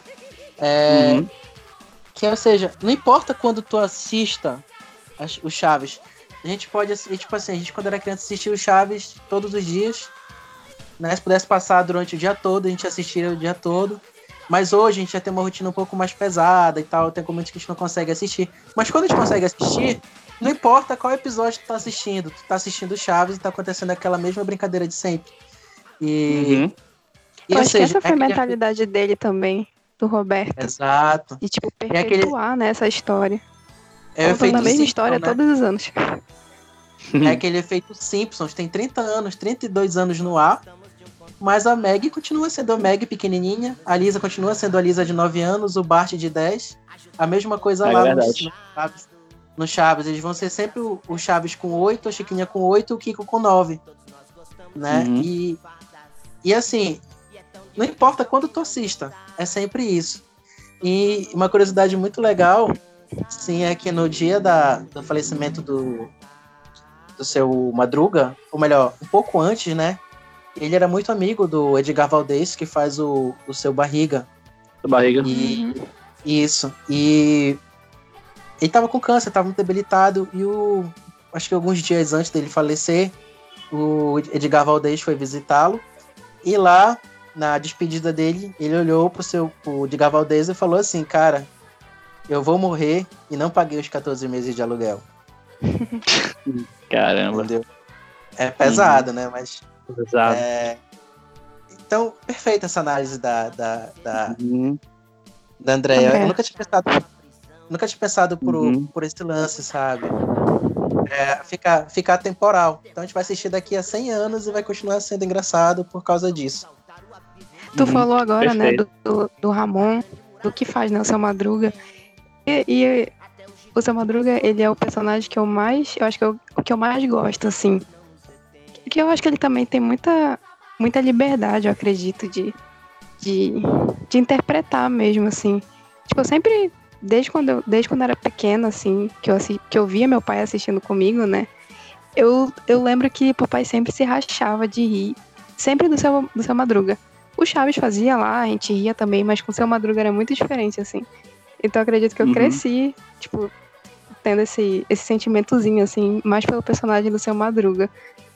Que, ou seja, não importa quando tu assista o Chaves, a gente pode, tipo assim, a gente quando era criança assistia o Chaves todos os dias, né? Se pudesse passar durante o dia todo, a gente assistia o dia todo. Mas hoje a gente já tem uma rotina um pouco mais pesada e tal, tem momentos que a gente não consegue assistir. Mas quando a gente consegue assistir, não importa qual episódio tu tá assistindo Chaves e tá acontecendo aquela mesma brincadeira de sempre. E Eu acho que essa foi a mentalidade dele também, do Roberto. Exato. E, tipo, perpetuar, né, essa história. É o efeito a mesma Simpson, história né? todos os anos. É aquele efeito Simpsons, tem 30 anos, 32 anos no ar, mas a Maggie continua sendo a Maggie pequenininha, a Lisa continua sendo a Lisa de 9 anos, o Bart de 10. A mesma coisa lá no Chaves. Eles vão ser sempre o Chaves com 8, a Chiquinha com 8 e o Kiko com 9. Né? E assim, não importa quando tu assista, é sempre isso. E uma curiosidade muito legal, sim, é que no dia do falecimento do Seu Madruga, ou melhor, um pouco antes, né? Ele era muito amigo do Edgar Valdez, que faz o Seu Barriga. Seu Barriga. Isso. E ele tava com câncer, tava muito debilitado. E acho que alguns dias antes dele falecer, o Edgar Valdez foi visitá-lo. E lá, na despedida dele, ele olhou pro Edgar Valdez e falou assim: cara, eu vou morrer e não paguei os 14 meses de aluguel. Caramba. Entendeu? É pesado, né? Mas. Pesado. Então, perfeita essa análise da Andrea. Eu nunca tinha pensado por esse lance, sabe? Ficar temporal. Então a gente vai assistir daqui a 100 anos e vai continuar sendo engraçado por causa disso. Tu falou agora, Perfeito. né, do Ramon, do que faz, né, o Seu Madruga. E o Seu Madruga, ele é o personagem que eu acho que é o que eu mais gosto, assim. Porque eu acho que ele também tem muita liberdade, eu acredito, de interpretar mesmo, assim. Tipo, eu sempre, desde quando eu era pequena, assim, que eu via meu pai assistindo comigo, né, eu lembro que papai sempre se rachava de rir, sempre do Seu Madruga. O Chaves fazia lá, a gente ria também, mas com o Seu Madruga era muito diferente, assim. Então eu acredito que eu cresci, tipo, tendo esse sentimentozinho, assim, mais pelo personagem do Seu Madruga.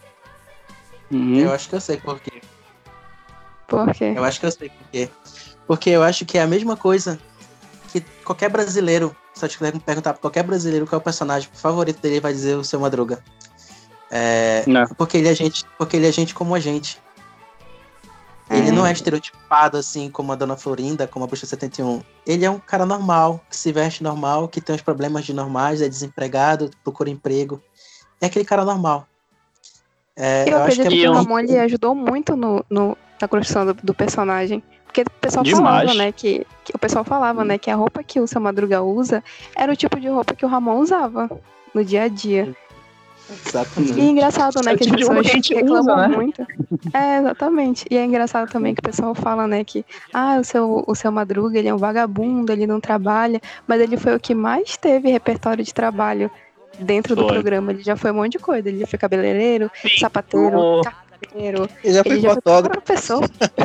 Eu acho que eu sei por quê. Por quê? Eu acho que eu sei por quê. Porque eu acho que é a mesma coisa que qualquer brasileiro, se eu tiver que perguntar pra qualquer brasileiro qual é o personagem favorito dele, vai dizer o Seu Madruga. Porque ele é gente como a gente. Ele não é estereotipado assim como a Dona Florinda, como a Bruxa 71. Ele é um cara normal, que se veste normal, que tem os problemas de normais, é desempregado, procura emprego. É aquele cara normal. Eu acredito que o Ramon ele ajudou muito na construção do personagem. Porque o pessoal falava, né, que o pessoal falava, né, que a roupa que o Seu Madruga usa era o tipo de roupa que o Ramon usava no dia a dia. Exatamente. E é engraçado, né, que as pessoas reclamam né? muito. Exatamente. E é engraçado também que o pessoal fala, né, que o seu Madruga, ele é um vagabundo, ele não trabalha, mas ele foi o que mais teve repertório de trabalho dentro do programa. Ele já foi um monte de coisa. Ele já foi cabeleireiro, sapateiro, carteiro. Ele já foi fotógrafo. Professor.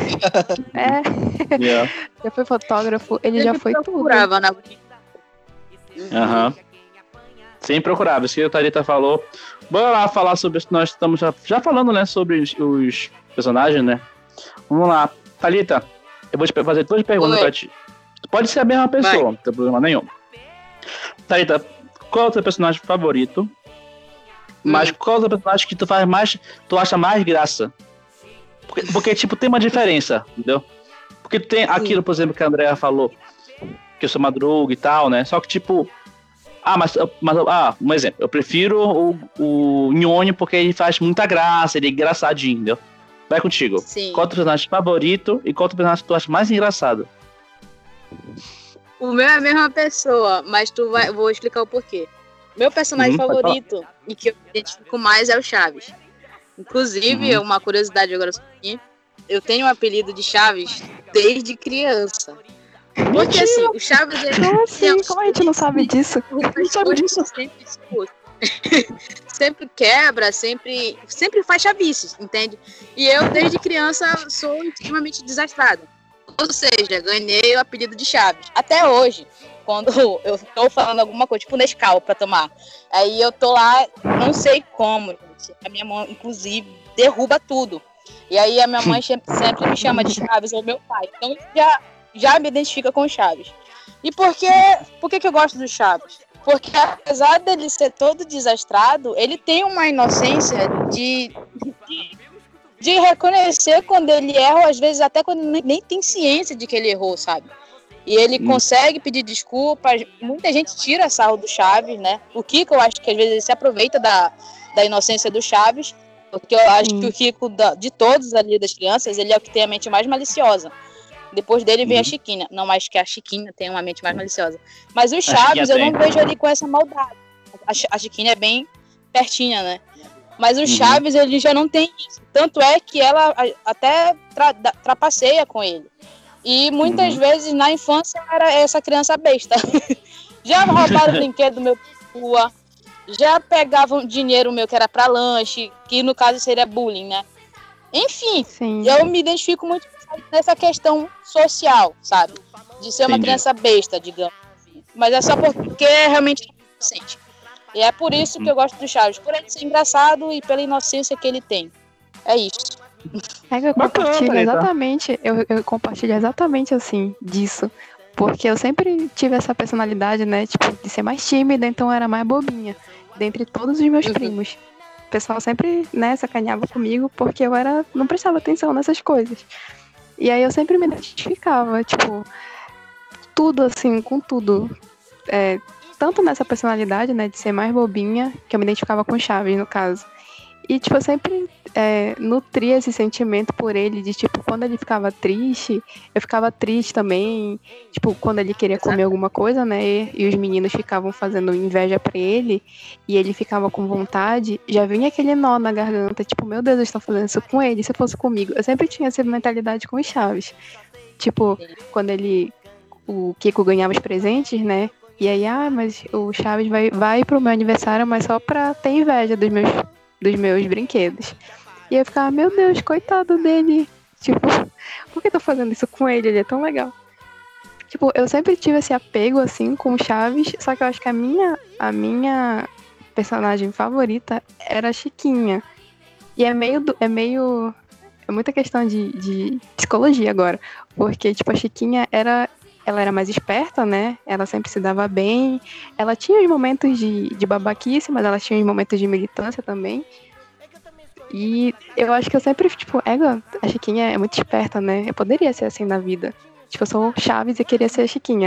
Já foi fotógrafo, ele já foi tudo. Procurava na Sim, procurava. Isso que a Thalita falou. Bora lá falar sobre isso. Nós estamos já falando, né, sobre os personagens, né? Vamos lá. Thalita, eu vou te fazer duas perguntas pra ti. Pode ser a mesma pessoa, não tem problema nenhum. Thalita, qual é o teu personagem favorito? Mas qual é o teu personagem que tu acha mais graça? Porque tipo, tem uma diferença, entendeu? Porque tem aquilo, por exemplo, que a Andrea falou, que eu sou Madruga e tal, né? Só que, tipo, um exemplo, eu prefiro o Nhonho porque ele faz muita graça, ele é engraçadinho, entendeu? Vai contigo. Sim. Qual é o teu personagem favorito e qual é o teu personagem que tu acha mais engraçado? O meu é a mesma pessoa, mas vou explicar o porquê. Meu personagem favorito e que eu me identifico mais é o Chaves. Inclusive, uma curiosidade agora sobre mim, eu tenho o apelido de Chaves desde criança. Porque assim, o Chaves... Como assim? Como a gente não sabe disso? Não sabe disso. Sempre quebra, sempre faz chavices, entende? E eu, desde criança, sou extremamente desastrada. Ou seja, ganhei o apelido de Chaves. Até hoje, quando eu tô falando alguma coisa, tipo Nescau pra tomar, aí eu tô lá, não sei como, gente. A minha mãe, inclusive, derruba tudo. E aí a minha mãe sempre me chama de Chaves, ou meu pai. Então já me identifica com o Chaves. E por que eu gosto do Chaves? Porque apesar dele ser todo desastrado, ele tem uma inocência de reconhecer quando ele erra, ou às vezes até quando nem tem ciência de que ele errou, sabe? E ele consegue pedir desculpas. Muita gente tira sarro do Chaves, né? O Kiko, eu acho que às vezes ele se aproveita da inocência do Chaves, porque eu acho que o Kiko, de todos ali das crianças, ele é o que tem a mente mais maliciosa. Depois dele vem a Chiquinha. Não mais que a Chiquinha tem uma mente mais maliciosa. Mas o Chaves, eu não vejo ele com essa maldade. A Chiquinha é bem pertinha, né? Mas o Chaves, ele já não tem isso. Tanto é que ela até trapaceia com ele. E muitas vezes, na infância, era essa criança besta. Já roubaram o brinquedo do meu rua, já pegavam dinheiro meu que era pra lanche, que no caso seria bullying, né? Enfim, eu me identifico muito nessa questão social, sabe? De ser uma criança besta, digamos. Mas é só porque é realmente inocente. E é por isso que eu gosto do Chaves. Por ele ser engraçado e pela inocência que ele tem. É isso. Eu compartilho exatamente. Eu compartilho exatamente assim, disso. Porque eu sempre tive essa personalidade, né? Tipo, de ser mais tímida, então eu era mais bobinha. Dentre todos os meus primos. O pessoal sempre, né, sacaneava comigo porque eu não prestava atenção nessas coisas. E aí eu sempre me identificava, tipo, tudo assim, com tudo. Tanto nessa personalidade, né, de ser mais bobinha, que eu me identificava com o Chaves, no caso. E, tipo, eu sempre nutria esse sentimento por ele, de, tipo, quando ele ficava triste, eu ficava triste também. Tipo, quando ele queria comer alguma coisa, né, e os meninos ficavam fazendo inveja pra ele, e ele ficava com vontade, já vinha aquele nó na garganta, tipo, meu Deus, eu estou fazendo isso com ele, se fosse comigo. Eu sempre tinha essa mentalidade com o Chaves. Tipo, quando o Kiko ganhava os presentes, né, e aí, mas o Chaves vai pro meu aniversário, mas só pra ter inveja dos meus brinquedos. E eu ficava, meu Deus, coitado dele. Tipo, por que eu tô fazendo isso com ele? Ele é tão legal. Tipo, eu sempre tive esse apego, assim, com o Chaves, só que eu acho que a minha personagem favorita era a Chiquinha. E é muita questão de psicologia agora. Porque, tipo, a Chiquinha ela era mais esperta, né? Ela sempre se dava bem. Ela tinha os momentos de babaquice, mas ela tinha os momentos de militância também. E eu acho que eu sempre, tipo, a Chiquinha é muito esperta, né? Eu poderia ser assim na vida. Tipo, eu sou Chaves e queria ser a Chiquinha.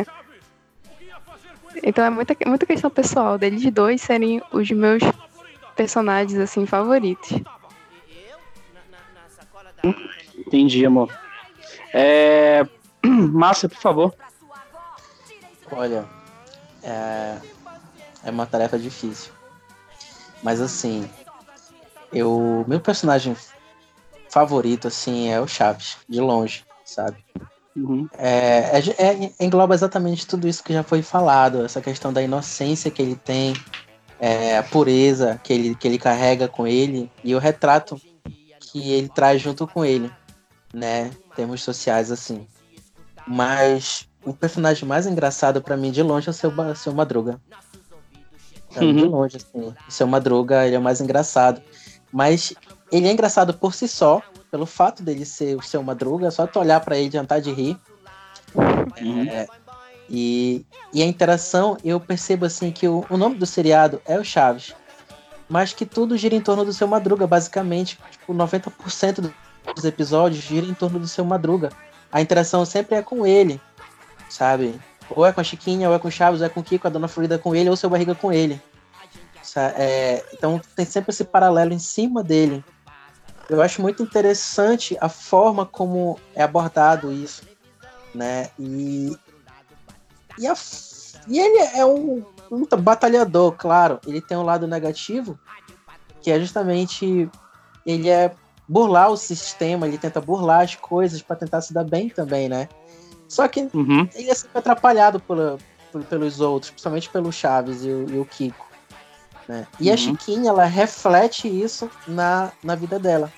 Então é muita questão pessoal deles dois serem os meus personagens, assim, favoritos. Entendi, amor. Márcia, por favor. Olha, é uma tarefa difícil. Mas assim, meu personagem favorito, assim, é o Chaves, de longe, sabe? Engloba exatamente tudo isso que já foi falado, essa questão da inocência que ele tem, a pureza que ele carrega com ele e o retrato que ele traz junto com ele, né? Termos sociais, assim. Mas o personagem mais engraçado pra mim, de longe, é o Seu Madruga. Pra mim, de longe, assim. O Seu Madruga, ele é o mais engraçado. Mas ele é engraçado por si só, pelo fato dele ser o Seu Madruga, só tu olhar pra ele e adiantar de rir. E a interação, eu percebo, assim, que o nome do seriado é o Chaves. Mas que tudo gira em torno do Seu Madruga, basicamente. Tipo, 90% dos episódios gira em torno do Seu Madruga. a interação sempre é com ele, sabe? Ou é com a Chiquinha, ou é com o Chaves, ou é com o Kiko, a Dona Florinda com ele, ou o Seu Barriga com ele. Então tem sempre esse paralelo em cima dele. Eu acho muito interessante a forma como é abordado isso, né? E ele é um batalhador, claro. Ele tem um lado negativo, que é justamente ele é burlar o sistema, ele tenta burlar as coisas para tentar se dar bem também, né? Só que ele é sempre atrapalhado pelos outros, principalmente pelo Chaves e o Kiko, né? E a Chiquinha, ela reflete isso na vida dela.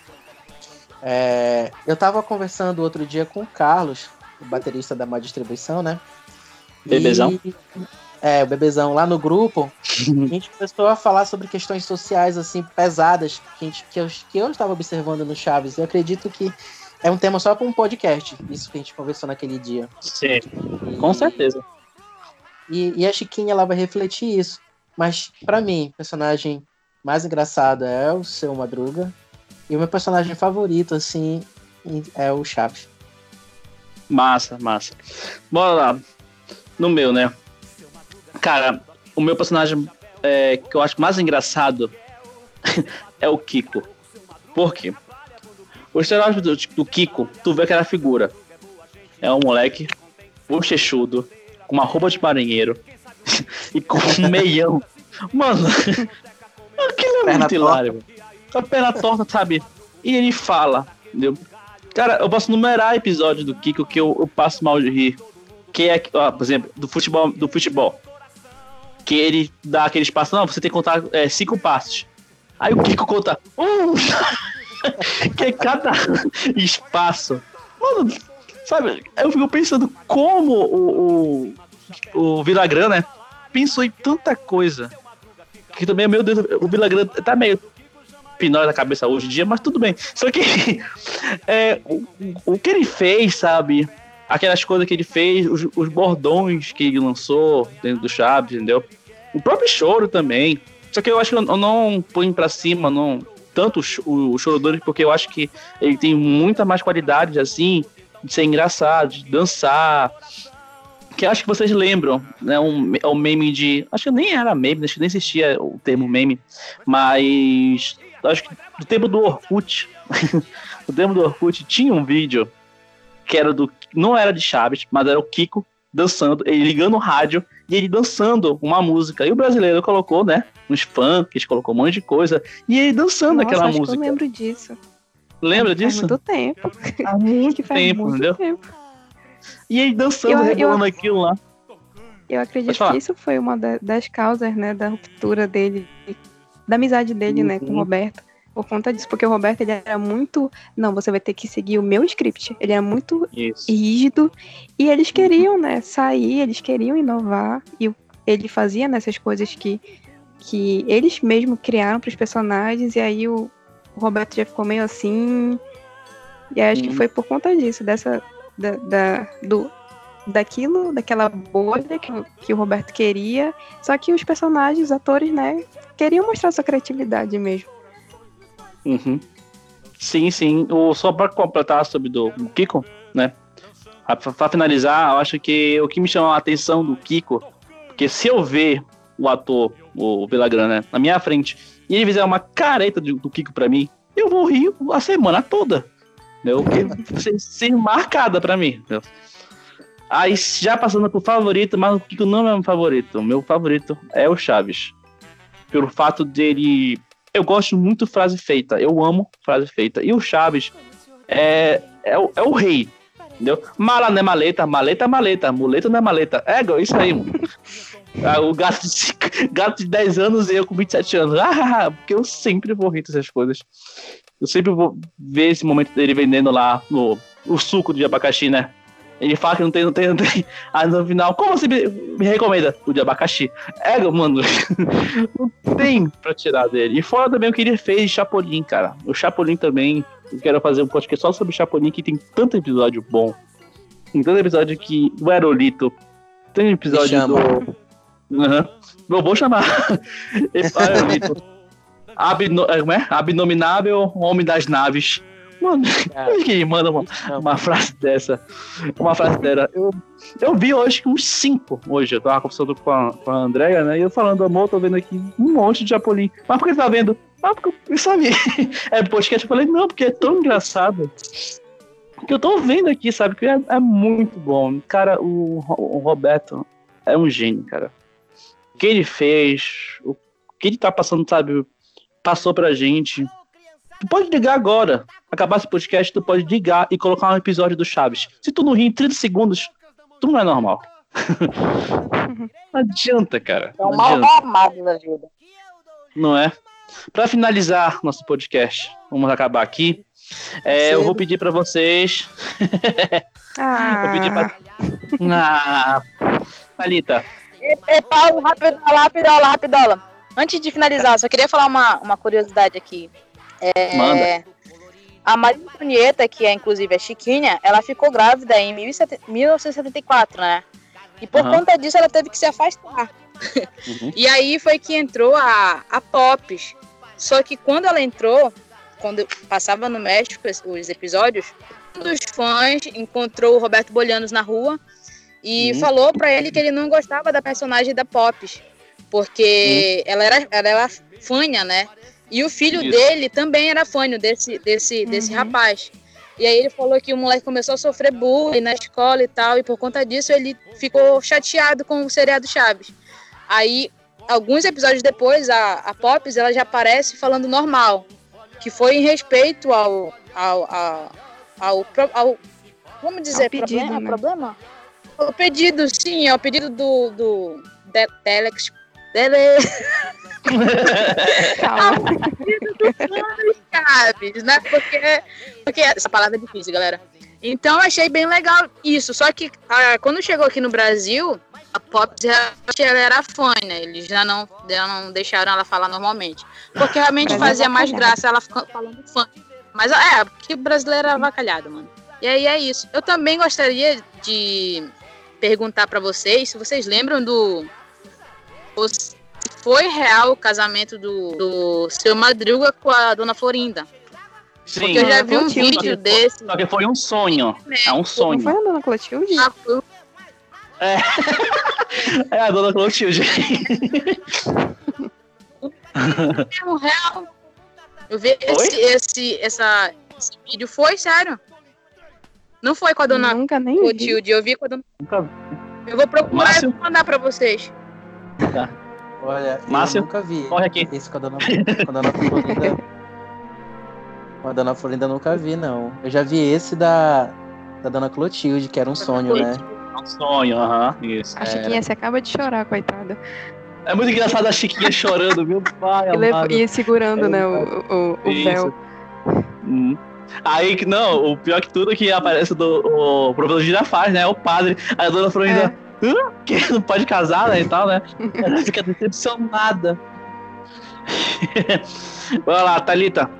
Eu tava conversando outro dia com o Carlos, o baterista da Má Distribuição, né? Bebezão? O Bebezão, lá no grupo, a gente começou a falar sobre questões sociais, assim, pesadas, que eu estava observando no Chaves. Eu acredito que é um tema só para um podcast, isso que a gente conversou naquele dia. Sim, com certeza. E a Chiquinha, ela vai refletir isso. Mas, para mim, o personagem mais engraçado é o Seu Madruga. E o meu personagem favorito, assim, é o Chaves. Massa. Bora lá. No meu, né? Cara, o meu personagem que eu acho mais engraçado é o Kiko. Por quê? O estereótipo do Kiko, tu vê aquela figura. É um moleque bochechudo, com uma roupa de marinheiro e com um meião. Mano, aquilo é muito hilário. Com a perna torta, sabe? E ele fala, entendeu? Cara, eu posso numerar episódios do Kiko que eu passo mal de rir. Que é, por exemplo, do futebol. Que ele dá aquele espaço, não, você tem que contar 5 passos. Aí o Kiko conta que é cada espaço. Mano, sabe, eu fico pensando como o Villagrán, né, pensou em tanta coisa. Que também, meu Deus, o Villagrán tá meio pinóia da cabeça hoje em dia, mas tudo bem. Só que o que ele fez, sabe? Aquelas coisas que ele fez, os bordões que ele lançou dentro do Chaves, entendeu? O próprio choro também. Só que eu acho que eu não ponho pra cima tanto o Choro Duro, porque eu acho que ele tem muita mais qualidade, assim, de ser engraçado, de dançar. Que eu acho que vocês lembram, né? Um meme de... Acho que nem era meme, acho que nem existia o termo meme, mas... Acho que do tempo do Orkut. No tempo do Orkut tinha um vídeo que era não era de Chaves, mas era o Kiko dançando, ele ligando o rádio e ele dançando uma música. E o brasileiro colocou, né, uns funks, colocou um monte de coisa, e ele dançando aquela acho música. Que eu lembro disso. Lembra disso? Faz muito tempo. Há muito tempo, entendeu? E ele dançando, rebolando aquilo lá. Eu acredito que isso foi uma das causas, né, da ruptura dele, da amizade dele, né, com o Roberto. Por conta disso, porque o Roberto, ele era muito... Não, você vai ter que seguir o meu script. Ele era muito rígido. E eles queriam, né, sair, eles queriam inovar. E ele fazia nessas coisas que eles mesmos criaram para os personagens. E aí o Roberto já ficou meio assim. E acho que foi por conta disso, daquela bolha que o Roberto queria. Só que os personagens, os atores, né, queriam mostrar sua criatividade mesmo. Sim. Só para completar sobre do Kiko, né? Para finalizar, eu acho que o que me chama a atenção do Kiko, porque se eu ver o ator, o Villagrán, né, na minha frente, e ele fizer uma careta do Kiko para mim, eu vou rir a semana toda, entendeu? Ser marcada para mim, entendeu? Aí, já passando pro favorito, mas o Kiko não é meu favorito. O meu favorito é o Chaves. Pelo fato dele... Eu gosto muito de frase feita. Eu amo frase feita. E o Chaves é o rei. Entendeu? Mala não é maleta, maleta é maleta, muleta não é maleta. Isso aí, mano. O gato de 10 anos e eu com 27 anos. Porque eu sempre vou rir dessas coisas. Eu sempre vou ver esse momento dele vendendo lá o suco de abacaxi, né? Ele fala que não tem. Aí no final, como você me recomenda? O de abacaxi. Mano. Não tem pra tirar dele. E fora também o que ele fez de Chapolin, cara. O Chapolin também. Eu quero fazer um podcast só sobre o Chapolin, que tem tanto episódio bom. Tem tanto episódio que. O Aerolito. Tem episódio do. Eu vou chamar. Aerolito. Abnominável Homem das Naves. Mano, ninguém manda uma frase dessa. Uma frase dela. Eu vi hoje uns 5 hoje. Eu tava conversando com a Andrea, né? E eu falando, amor, tô vendo aqui um monte de Chapolin. Mas por que você tá vendo? Ah, porque eu sabia. É podcast. Eu falei, não, porque é tão engraçado. Que eu tô vendo aqui, sabe? Que é muito bom. Cara, o Roberto é um gênio, cara. O que ele fez, o que ele tá passando, sabe? Passou pra gente. Tu pode ligar agora. Acabar esse podcast, tu pode ligar e colocar um episódio do Chaves. Se tu não rir em 30 segundos, tu não é normal. Não adianta, cara. É um mal amado da vida. Não é? Pra finalizar nosso podcast, vamos acabar aqui. Eu vou pedir pra vocês. Vou pedir pra. Thalita. Paulo, rapidola. Antes de finalizar, só queria falar uma curiosidade aqui. Manda. A Maria Antonieta, que é inclusive a Chiquinha, ela ficou grávida em 1974, né? E por conta disso ela teve que se afastar. E aí foi que entrou a Pops. Só que quando ela entrou, quando passava no México os episódios, um dos fãs encontrou o Roberto Bolanos na rua e falou pra ele que ele não gostava da personagem da Pops, porque ela era fanha, né? E o filho dele também era fanho desse rapaz. E aí ele falou que o moleque começou a sofrer bullying na escola e tal, e por conta disso ele ficou chateado com o seriado Chaves. Aí, alguns episódios depois, a Pops, ela já aparece falando normal, que foi em respeito ao vamos dizer, pedido, problema? O pedido, sim, ao pedido do Telex. Calma. Chaves, né? Porque essa palavra é difícil, galera. Então eu achei bem legal isso. Só que quando chegou aqui no Brasil, a Pops ela era fã, né? Eles já não deixaram ela falar normalmente. Porque realmente fazia mais graça ela falando fã. Mas porque o brasileiro é avacalhado, mano. E aí é isso. Eu também gostaria de perguntar pra vocês se vocês lembram foi real o casamento do seu Madruga com a dona Florinda. Sim. Porque eu já vi um vídeo desse. Só que foi um sonho. É um sonho. Não foi a dona Clotilde? É a dona Clotilde. É real. Eu vi esse vídeo. Foi, sério. Não foi com a dona Clotilde. Eu vi com a dona... Eu vou procurar e vou mandar pra vocês. Tá. Olha, Márcio, eu nunca vi corre aqui. esse com a dona Florinda. Com a dona Florinda eu nunca vi, não. Eu já vi esse da dona Clotilde, que era um sonho, né? É um sonho, isso. A Chiquinha se acaba de chorar, coitada. É muito engraçado a Chiquinha chorando, meu pai. E segurando, né, o véu. Aí, não, o pior que tudo é que aparece o professor Girafales, né? O padre. Aí a dona Florinda, que não pode casar, né? E tal, né? Ela fica decepcionada. Vai lá, Thalita.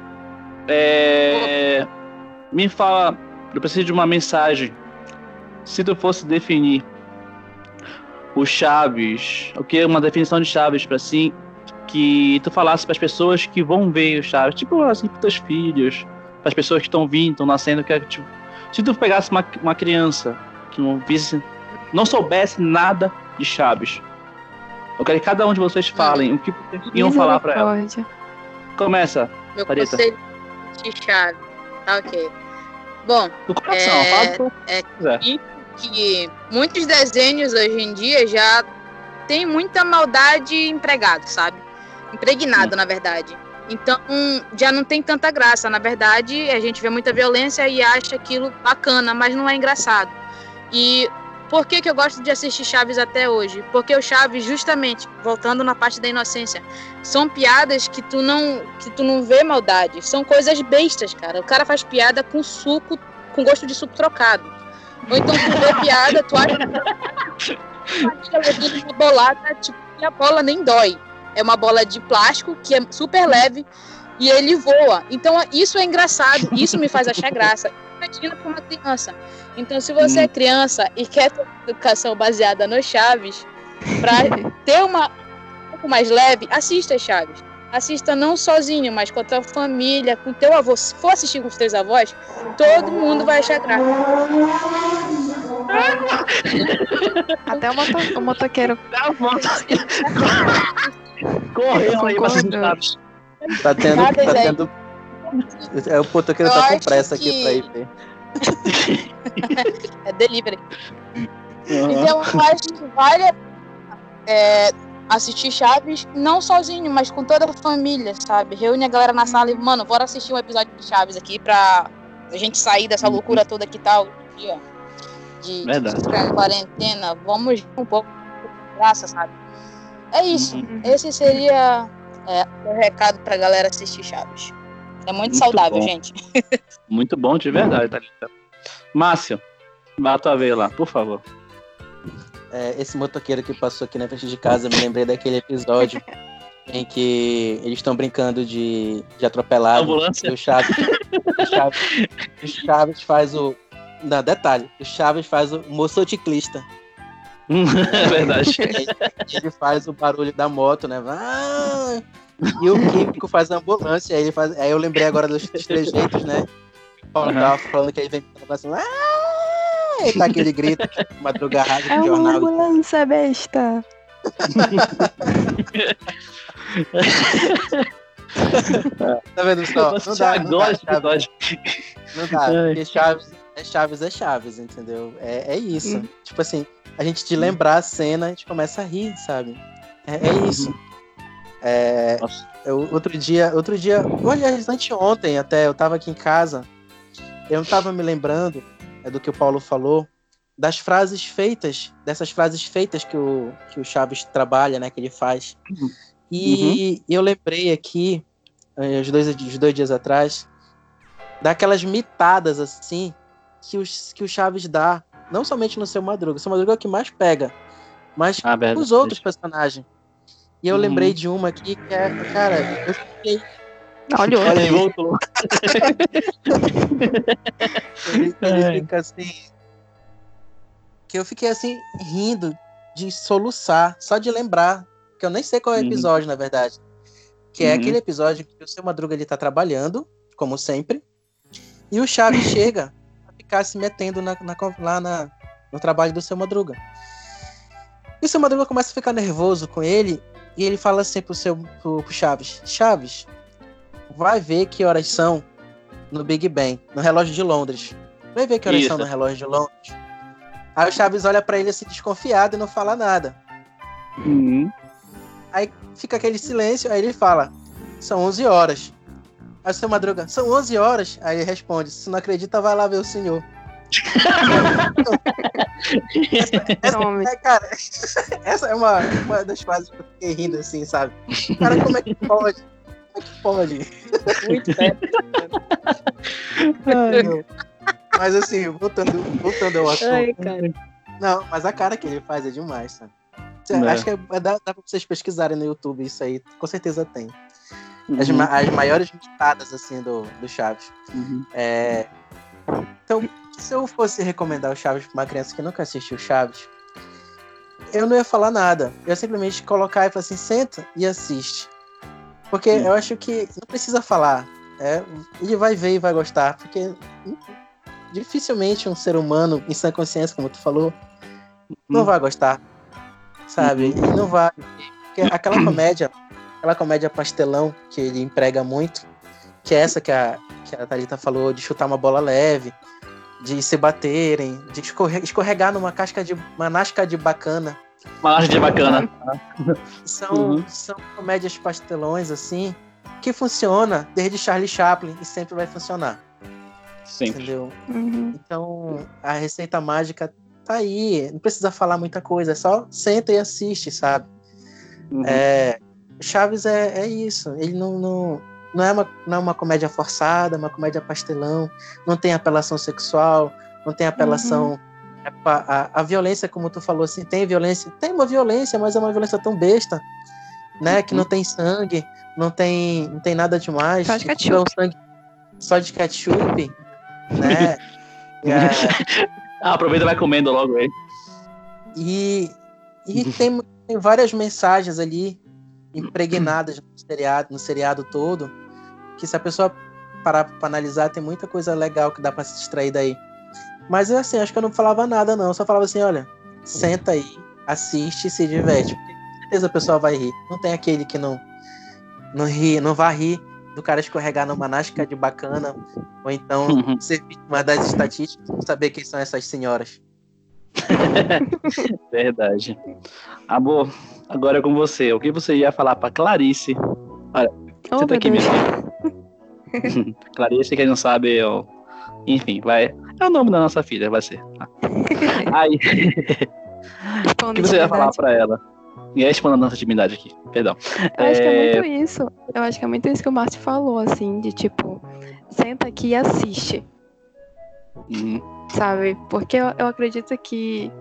Me fala, eu preciso de uma mensagem. Se tu fosse definir o Chaves, o que é uma definição de Chaves para assim, que tu falasse para as pessoas que vão ver o Chaves, tipo assim, para teus filhos, para as pessoas que estão vindo, estão nascendo, que tipo, se tu pegasse uma criança que não soubesse nada de Chaves, eu quero que cada um de vocês falem o que vocês iam falar para ela. Começa, meu Thalita. conselho de Chaves, tá ok. Bom, do coração, fala do que quiser. Que muitos desenhos hoje em dia já tem muita maldade empregado, sabe? Impregnado, na verdade. Então, já não tem tanta graça. Na verdade, a gente vê muita violência e acha aquilo bacana, mas não é engraçado. E por que eu gosto de assistir Chaves até hoje? Porque o Chaves, justamente, voltando na parte da inocência, são piadas que tu não vê maldade. São coisas bestas, cara. O cara faz piada com suco, com gosto de suco trocado. Ou então tu vê piada, tu acha que uma bolada, tipo, e a bola nem dói. É uma bola de plástico que é super leve e ele voa. Então isso é engraçado, isso me faz achar graça. Imagina para uma criança. Então se você é criança e quer ter uma educação baseada no Chaves, para ter um pouco mais leve, assista Chaves. assista não sozinho, mas com a tua família, com teu avô. Se for assistir com os teus avós, todo mundo vai achar graça. Até o motoqueiro. Correu aí pra assistir Concordou. Chaves. Tá tendo. Chaves Tá aí. tendo... O potoqueiro Eu tá com acho pressa aqui que- pra ir ver. É delivery. Uhum. Então, eu acho que vale assistir Chaves, não sozinho, mas com toda a família, sabe? Reúne a galera na sala e, mano, bora assistir um episódio de Chaves aqui pra a gente sair dessa loucura toda que tá hoje em dia. De Verdade. ficar em quarentena. Vamos um pouco de graça, sabe? É isso. Uhum. Esse seria o recado pra galera assistir Chaves. É muito saudável, bom. gente. Muito bom, de verdade, Thalita. Márcio, bata a ver lá, por favor. Esse motoqueiro que passou aqui na frente de casa, me lembrei daquele episódio em que eles estão brincando de atropelado. Ambulância? E o Chaves faz o... Não, detalhe, o Chaves faz o motociclista. É verdade. Ele faz o barulho da moto, né? Ah! E o Químico faz a ambulância. Aí eu lembrei agora dos trejeitos, né? Paulo tava falando que ele vem assim, e tá aquele grito, Madruga Rádio, É uma jornal. ambulância, besta. Tá vendo só? Não dá, Agora esse Chaves, episódio. não dá, Ai. porque Chaves é Chaves, entendeu? É isso. Hum. Tipo assim, a gente de lembrar a cena, a gente começa a rir, sabe? É isso. Nossa. Outro dia, aliás, anteontem até, eu tava aqui em casa, eu tava me lembrando do que o Paulo falou, dessas frases feitas que o Chaves trabalha, né, que ele faz. E eu lembrei aqui, os dois dias atrás, daquelas mitadas, assim, que o Chaves dá, não somente no Seu Madruga. O Seu Madruga é o que mais pega, mas Verdade. os outros personagens. E eu Uhum. lembrei de uma aqui que é, cara, eu fiquei... Olha o outro. Olha aí, voltou. Ele fica assim... Que eu fiquei assim, rindo, de soluçar, só de lembrar, que eu nem sei qual é o episódio, na verdade. Que é aquele episódio que o Seu Madruga ele tá trabalhando, como sempre, e o Chaves chega a ficar se metendo lá no trabalho do Seu Madruga. E o Seu Madruga começa a ficar nervoso com ele, e ele fala assim pro Chaves: Chaves, vai ver que horas são no Big Ben, no relógio de Londres. Vai ver que horas são no relógio de Londres. Aí o Chaves olha pra ele assim, desconfiado, e não fala nada. Aí fica aquele silêncio, aí ele fala: são 11 horas. Aí o Seu Madruga: são 11 horas? Aí ele responde: se não acredita, vai lá ver o senhor. Cara, essa é uma das fases que eu fiquei rindo assim, sabe? Cara, como é que pode? Como é que pode? Muito certo. Mas assim, voltando ao assunto. Ai, cara. Não, mas a cara que ele faz é demais, sabe? Acho que dá pra vocês pesquisarem no YouTube isso aí, com certeza tem. As maiores mitadas, assim, do Chaves. Então, se eu fosse recomendar o Chaves pra uma criança que nunca assistiu Chaves, eu não ia falar nada. Eu ia simplesmente colocar e falar assim, senta e assiste. Porque eu acho que não precisa falar. Ele vai ver e vai gostar. Porque dificilmente um ser humano, em sã consciência, como tu falou, não vai gostar. Sabe? Ele não vai. Porque aquela comédia pastelão que ele emprega muito, que é essa que a Thalita falou, de chutar uma bola leve, de se baterem, de escorregar numa nasca de bacana. Uma arte de bacana. São comédias pastelões, assim, que funciona desde Charlie Chaplin e sempre vai funcionar. Sempre. Entendeu? Então, a receita mágica tá aí. Não precisa falar muita coisa, é só senta e assiste, sabe? Chaves é isso. Ele não é uma comédia forçada, é uma comédia pastelão. Não tem apelação sexual, não tem apelação... A violência, como tu falou, assim, tem violência. Tem uma violência, mas é uma violência tão besta, né? Que não tem sangue, não tem nada demais. Só de ketchup. É um sangue só de ketchup, né? Aproveita e vai comendo logo aí. E tem várias mensagens ali impregnadas no seriado todo, que se a pessoa parar pra analisar, tem muita coisa legal que dá pra se distrair daí. Mas assim, acho que eu não falava nada, não. Eu só falava assim, olha, senta aí, assiste e se diverte. Porque com certeza a pessoa vai rir. Não tem aquele que não ri, não vai rir do cara escorregar numa NASCAR de bacana, ou então ser vítima das estatísticas, não saber quem são essas senhoras. Verdade. Amor, agora é com você. O que você ia falar pra Clarice? Olha, você tá aqui mesmo. Clarice, quem não sabe, enfim, vai. É o nome da nossa filha, vai ser. Aí. O que você ia falar pra ela? E aí, expondo a nossa intimidade aqui, perdão. Eu acho que é muito isso. Eu acho que é muito isso que o Márcio falou, assim, de tipo, senta aqui e assiste. Sabe? Porque eu acredito que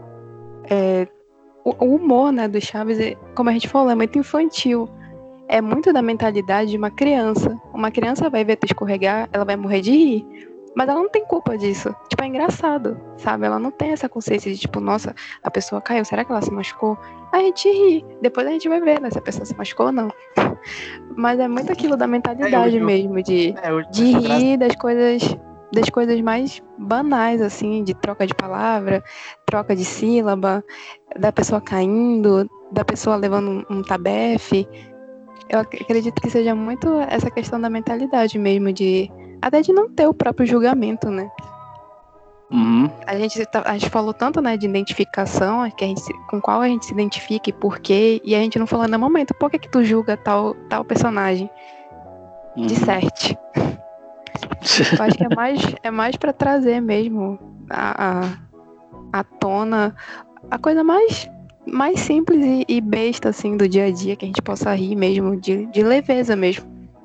o humor, né, do Chaves, como a gente falou, é muito infantil. É muito da mentalidade de uma criança. Uma criança vai ver tu escorregar, ela vai morrer de rir. Mas ela não tem culpa disso. Tipo, é engraçado, sabe? Ela não tem essa consciência de tipo, nossa, a pessoa caiu, será que ela se machucou? A gente ri. Depois a gente vai ver, né, se a pessoa se machucou ou não. Mas é muito aquilo da mentalidade mesmo, de rir das coisas mais banais, assim, de troca de palavra, troca de sílaba, da pessoa caindo, da pessoa levando um tabefe. Eu acredito que seja muito essa questão da mentalidade mesmo, até de não ter o próprio julgamento, né? A gente falou tanto, né, de identificação, com qual a gente se identifica e por quê, e a gente não falou no momento, por que tu julga tal personagem? De certo. Eu acho que é mais pra trazer mesmo à tona a coisa mais simples e besta, assim, do dia a dia, que a gente possa rir mesmo, de leveza mesmo.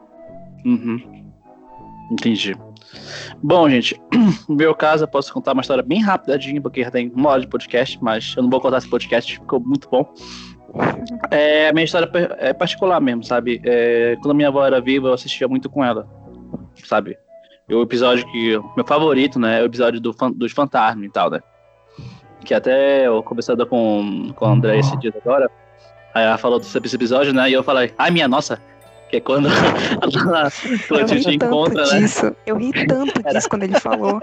Entendi. Bom, gente, no meu caso, eu posso contar uma história bem rapidinha, porque já tem 1 hora de podcast, mas eu não vou contar esse podcast, ficou muito bom. A minha história é particular mesmo, sabe? Quando a minha avó era viva, eu assistia muito com ela, sabe? O episódio meu favorito, né, é o episódio dos fantasmas e tal, né? Que até eu conversando com a André esse dia agora, aí ela falou desse episódio, né? E eu falei, ai minha nossa, que é quando a dona Clotilde encontra, né? Eu ri tanto disso quando ele falou.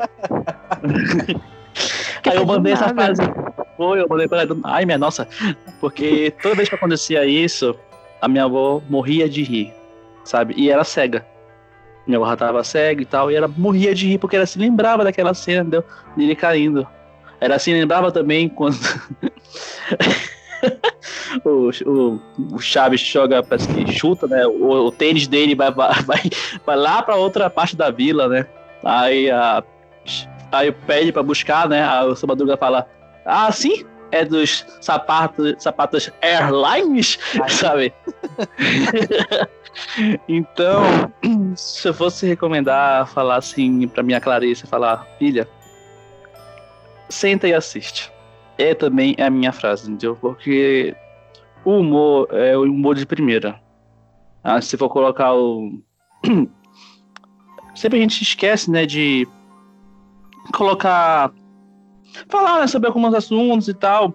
Aí eu mandei essa frase. Eu mandei pra ela, ai minha nossa, porque toda vez que acontecia isso, a minha avó morria de rir, sabe? E era cega. Minha avó tava cega e tal, e ela morria de rir porque ela se lembrava daquela cena dele caindo. Ela se lembrava também quando o Chaves joga, parece que chuta, né? O tênis dele vai lá pra outra parte da vila, né? Aí pede pra buscar, né? O seu Madruga fala, sim? É dos sapatos Airlines, sabe? Então, se eu fosse recomendar, falar assim pra minha Clarice, falar, filha, senta e assiste. Também é a minha frase, entendeu? Porque o humor é o humor de primeira. Se for colocar sempre a gente esquece, né, de falar, né, sobre alguns assuntos e tal,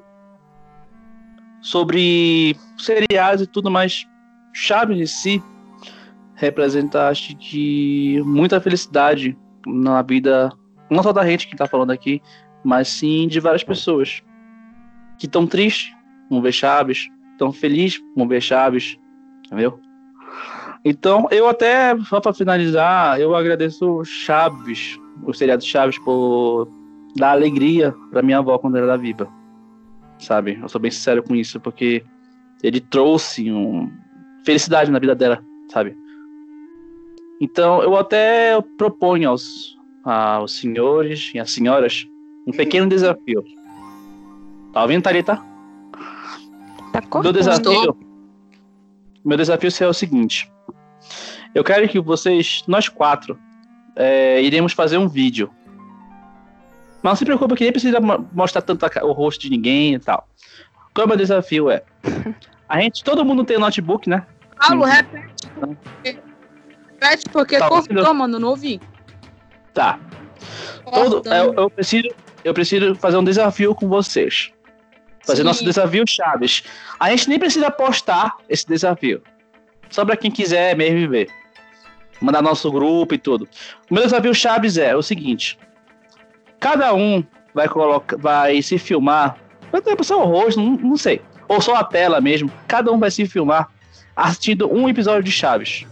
sobre seriados e tudo, mas Chaves em si representa, acho que, muita felicidade na vida, não só da gente que tá falando aqui, mas sim de várias pessoas que estão tristes, vão ver Chaves, estão felizes, vão ver Chaves, entendeu? Então, eu até, só para finalizar, eu agradeço Chaves, o seriado Chaves, por dar alegria para minha avó quando ela era viva, sabe? Eu sou bem sincero com isso, porque ele trouxe felicidade na vida dela, sabe? Então, eu até proponho aos senhores e às senhoras um pequeno desafio. Tá ouvindo, Thalita? Tá cortando. Meu desafio será o seguinte. Eu quero que nós 4, iremos fazer um vídeo. Mas não se preocupe que nem precisa mostrar tanto o rosto de ninguém e tal. Qual é o meu desafio? Todo mundo tem notebook, né? Paulo, repete. Repete porque cortou, mano, não ouvi. Tá. Eu preciso fazer um desafio com vocês. Fazer nosso desafio Chaves. A gente nem precisa postar esse desafio. Só pra quem quiser mesmo ver. Mandar nosso grupo e tudo. O meu desafio Chaves é o seguinte. Cada um vai se filmar. Vai ter só o rosto, não sei. Ou só a tela mesmo. Cada um vai se filmar assistindo um episódio de Chaves.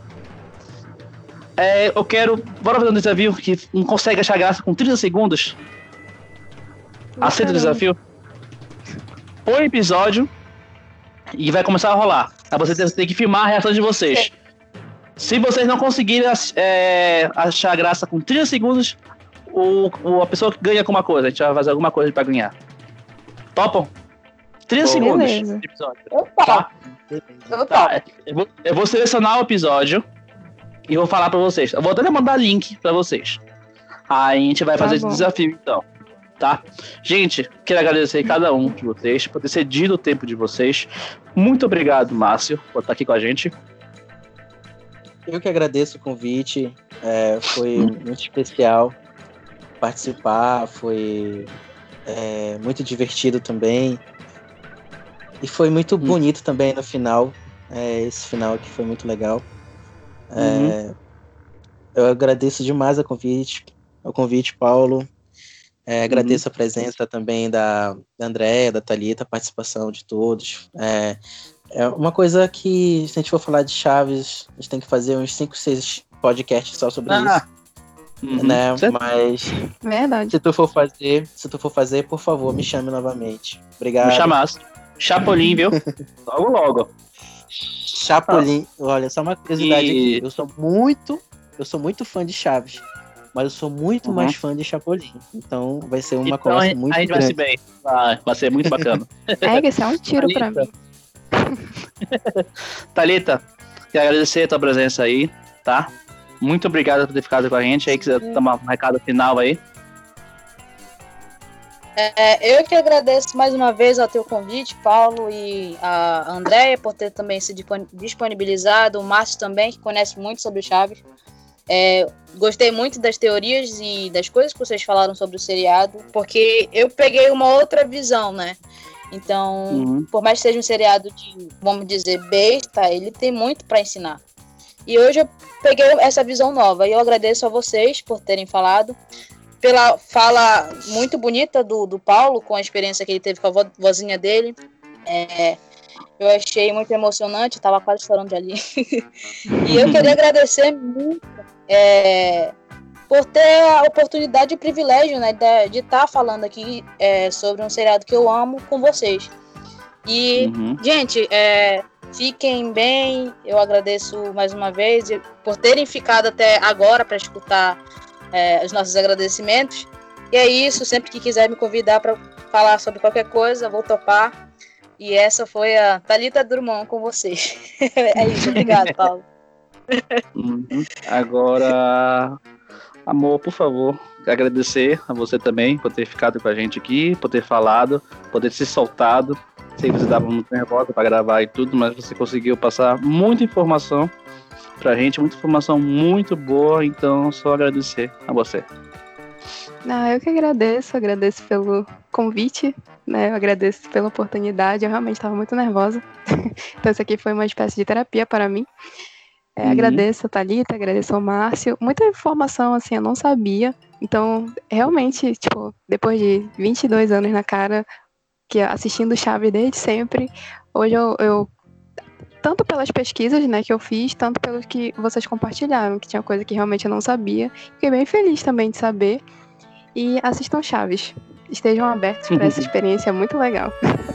Eu quero... Bora fazer um desafio que não consegue achar graça com 30 segundos. Aceita o desafio? Põe o episódio e vai começar a rolar. Aí você tem que filmar a reação de vocês. Se vocês não conseguirem achar graça com 30 segundos, a pessoa que ganha alguma coisa. A gente vai fazer alguma coisa pra ganhar. Topam? 30 segundos de episódio. Tá. Tá. Eu vou selecionar o episódio e vou falar pra vocês. Eu vou até mandar link pra vocês. Aí a gente vai fazer esse desafio, então. Tá? Gente, quero agradecer a cada um de vocês por ter cedido o tempo de vocês. Muito obrigado, Márcio, por estar aqui com a gente. Eu que agradeço o convite. Foi muito especial participar. Foi muito divertido também. E foi muito bonito também no final. Esse final aqui foi muito legal. Eu agradeço demais o convite, Paulo. Agradeço a presença também da Andréia, da Thalita, a participação de todos. É uma coisa que, se a gente for falar de Chaves, a gente tem que fazer uns 5, 6 podcasts só sobre isso. Né? Mas verdade. Se tu for fazer, por favor, me chame novamente. Obrigado. Me chamasse. Chapolin, viu? Logo. Chapolin. Olha, só uma curiosidade aqui. Eu sou muito fã de Chaves. Mas eu sou muito mais fã de Chapolin. Então vai ser uma conversa muito grande. A gente vai se bem. Vai ser muito bacana. Esse é um tiro pra mim. Thalita, quero agradecer a tua presença aí, tá? Muito obrigado por ter ficado com a gente. Aí, quiser tomar um recado final aí. Eu que agradeço mais uma vez ao teu convite, Paulo, e a Andréia por ter também se disponibilizado, o Márcio também, que conhece muito sobre o Chaves. Gostei muito das teorias e das coisas que vocês falaram sobre o seriado, porque eu peguei uma outra visão, né? Então, por mais que seja um seriado de, vamos dizer, besta, ele tem muito para ensinar. E hoje eu peguei essa visão nova, e eu agradeço a vocês por terem falado, pela fala muito bonita do Paulo, com a experiência que ele teve com a vozinha dele. Eu achei muito emocionante, estava quase chorando ali. E eu queria agradecer muito por ter a oportunidade e o privilégio, né, de estar falando aqui sobre um seriado que eu amo com vocês. E, gente, fiquem bem. Eu agradeço mais uma vez por terem ficado até agora para escutar os nossos agradecimentos. E é isso, sempre que quiser me convidar para falar sobre qualquer coisa, vou topar. E essa foi a Thalita Drummond com vocês. É isso, obrigado, Paulo. Agora, amor, por favor, agradecer a você também por ter ficado com a gente aqui, por ter falado, por ter se soltado. Sei que você estava muito nervosa para gravar e tudo, mas você conseguiu passar muita informação pra gente, muita informação muito boa, então só agradecer a você. Eu que agradeço pelo convite, né? Eu agradeço pela oportunidade, eu realmente estava muito nervosa, então isso aqui foi uma espécie de terapia para mim. Agradeço a Thalita, agradeço ao Márcio, muita informação, assim, eu não sabia, então, realmente, tipo, depois de 22 anos na cara, que assistindo Chaves desde sempre, hoje eu tanto pelas pesquisas, né, que eu fiz, tanto pelo que vocês compartilharam, que tinha coisa que realmente eu não sabia, fiquei bem feliz também de saber. E assistam Chaves. Estejam abertos para essa experiência muito legal.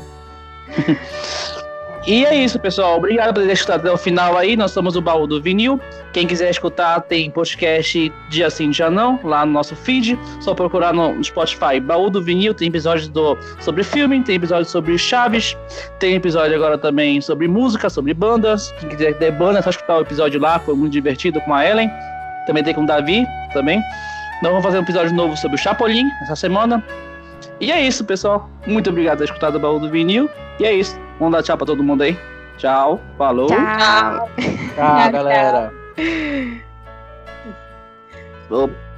E é isso, pessoal. Obrigado por ter escutado até o final aí. Nós somos o Baú do Vinil. Quem quiser escutar, tem podcast Dia Sim, Dia Não, lá no nosso feed. Só procurar no Spotify Baú do Vinil. Tem episódios sobre filme, tem episódios sobre Chaves. Tem episódio agora também sobre música, sobre bandas. Quem quiser ter banda, é só escutar o episódio lá. Foi muito divertido com a Ellen. Também tem com o Davi, também. Nós vamos fazer um episódio novo sobre o Chapolin essa semana. E é isso, pessoal. Muito obrigado por ter escutado o Baú do Vinil. E é isso. Vamos dar tchau pra todo mundo aí. Tchau. Falou. Tchau. Tchau, galera. Opa.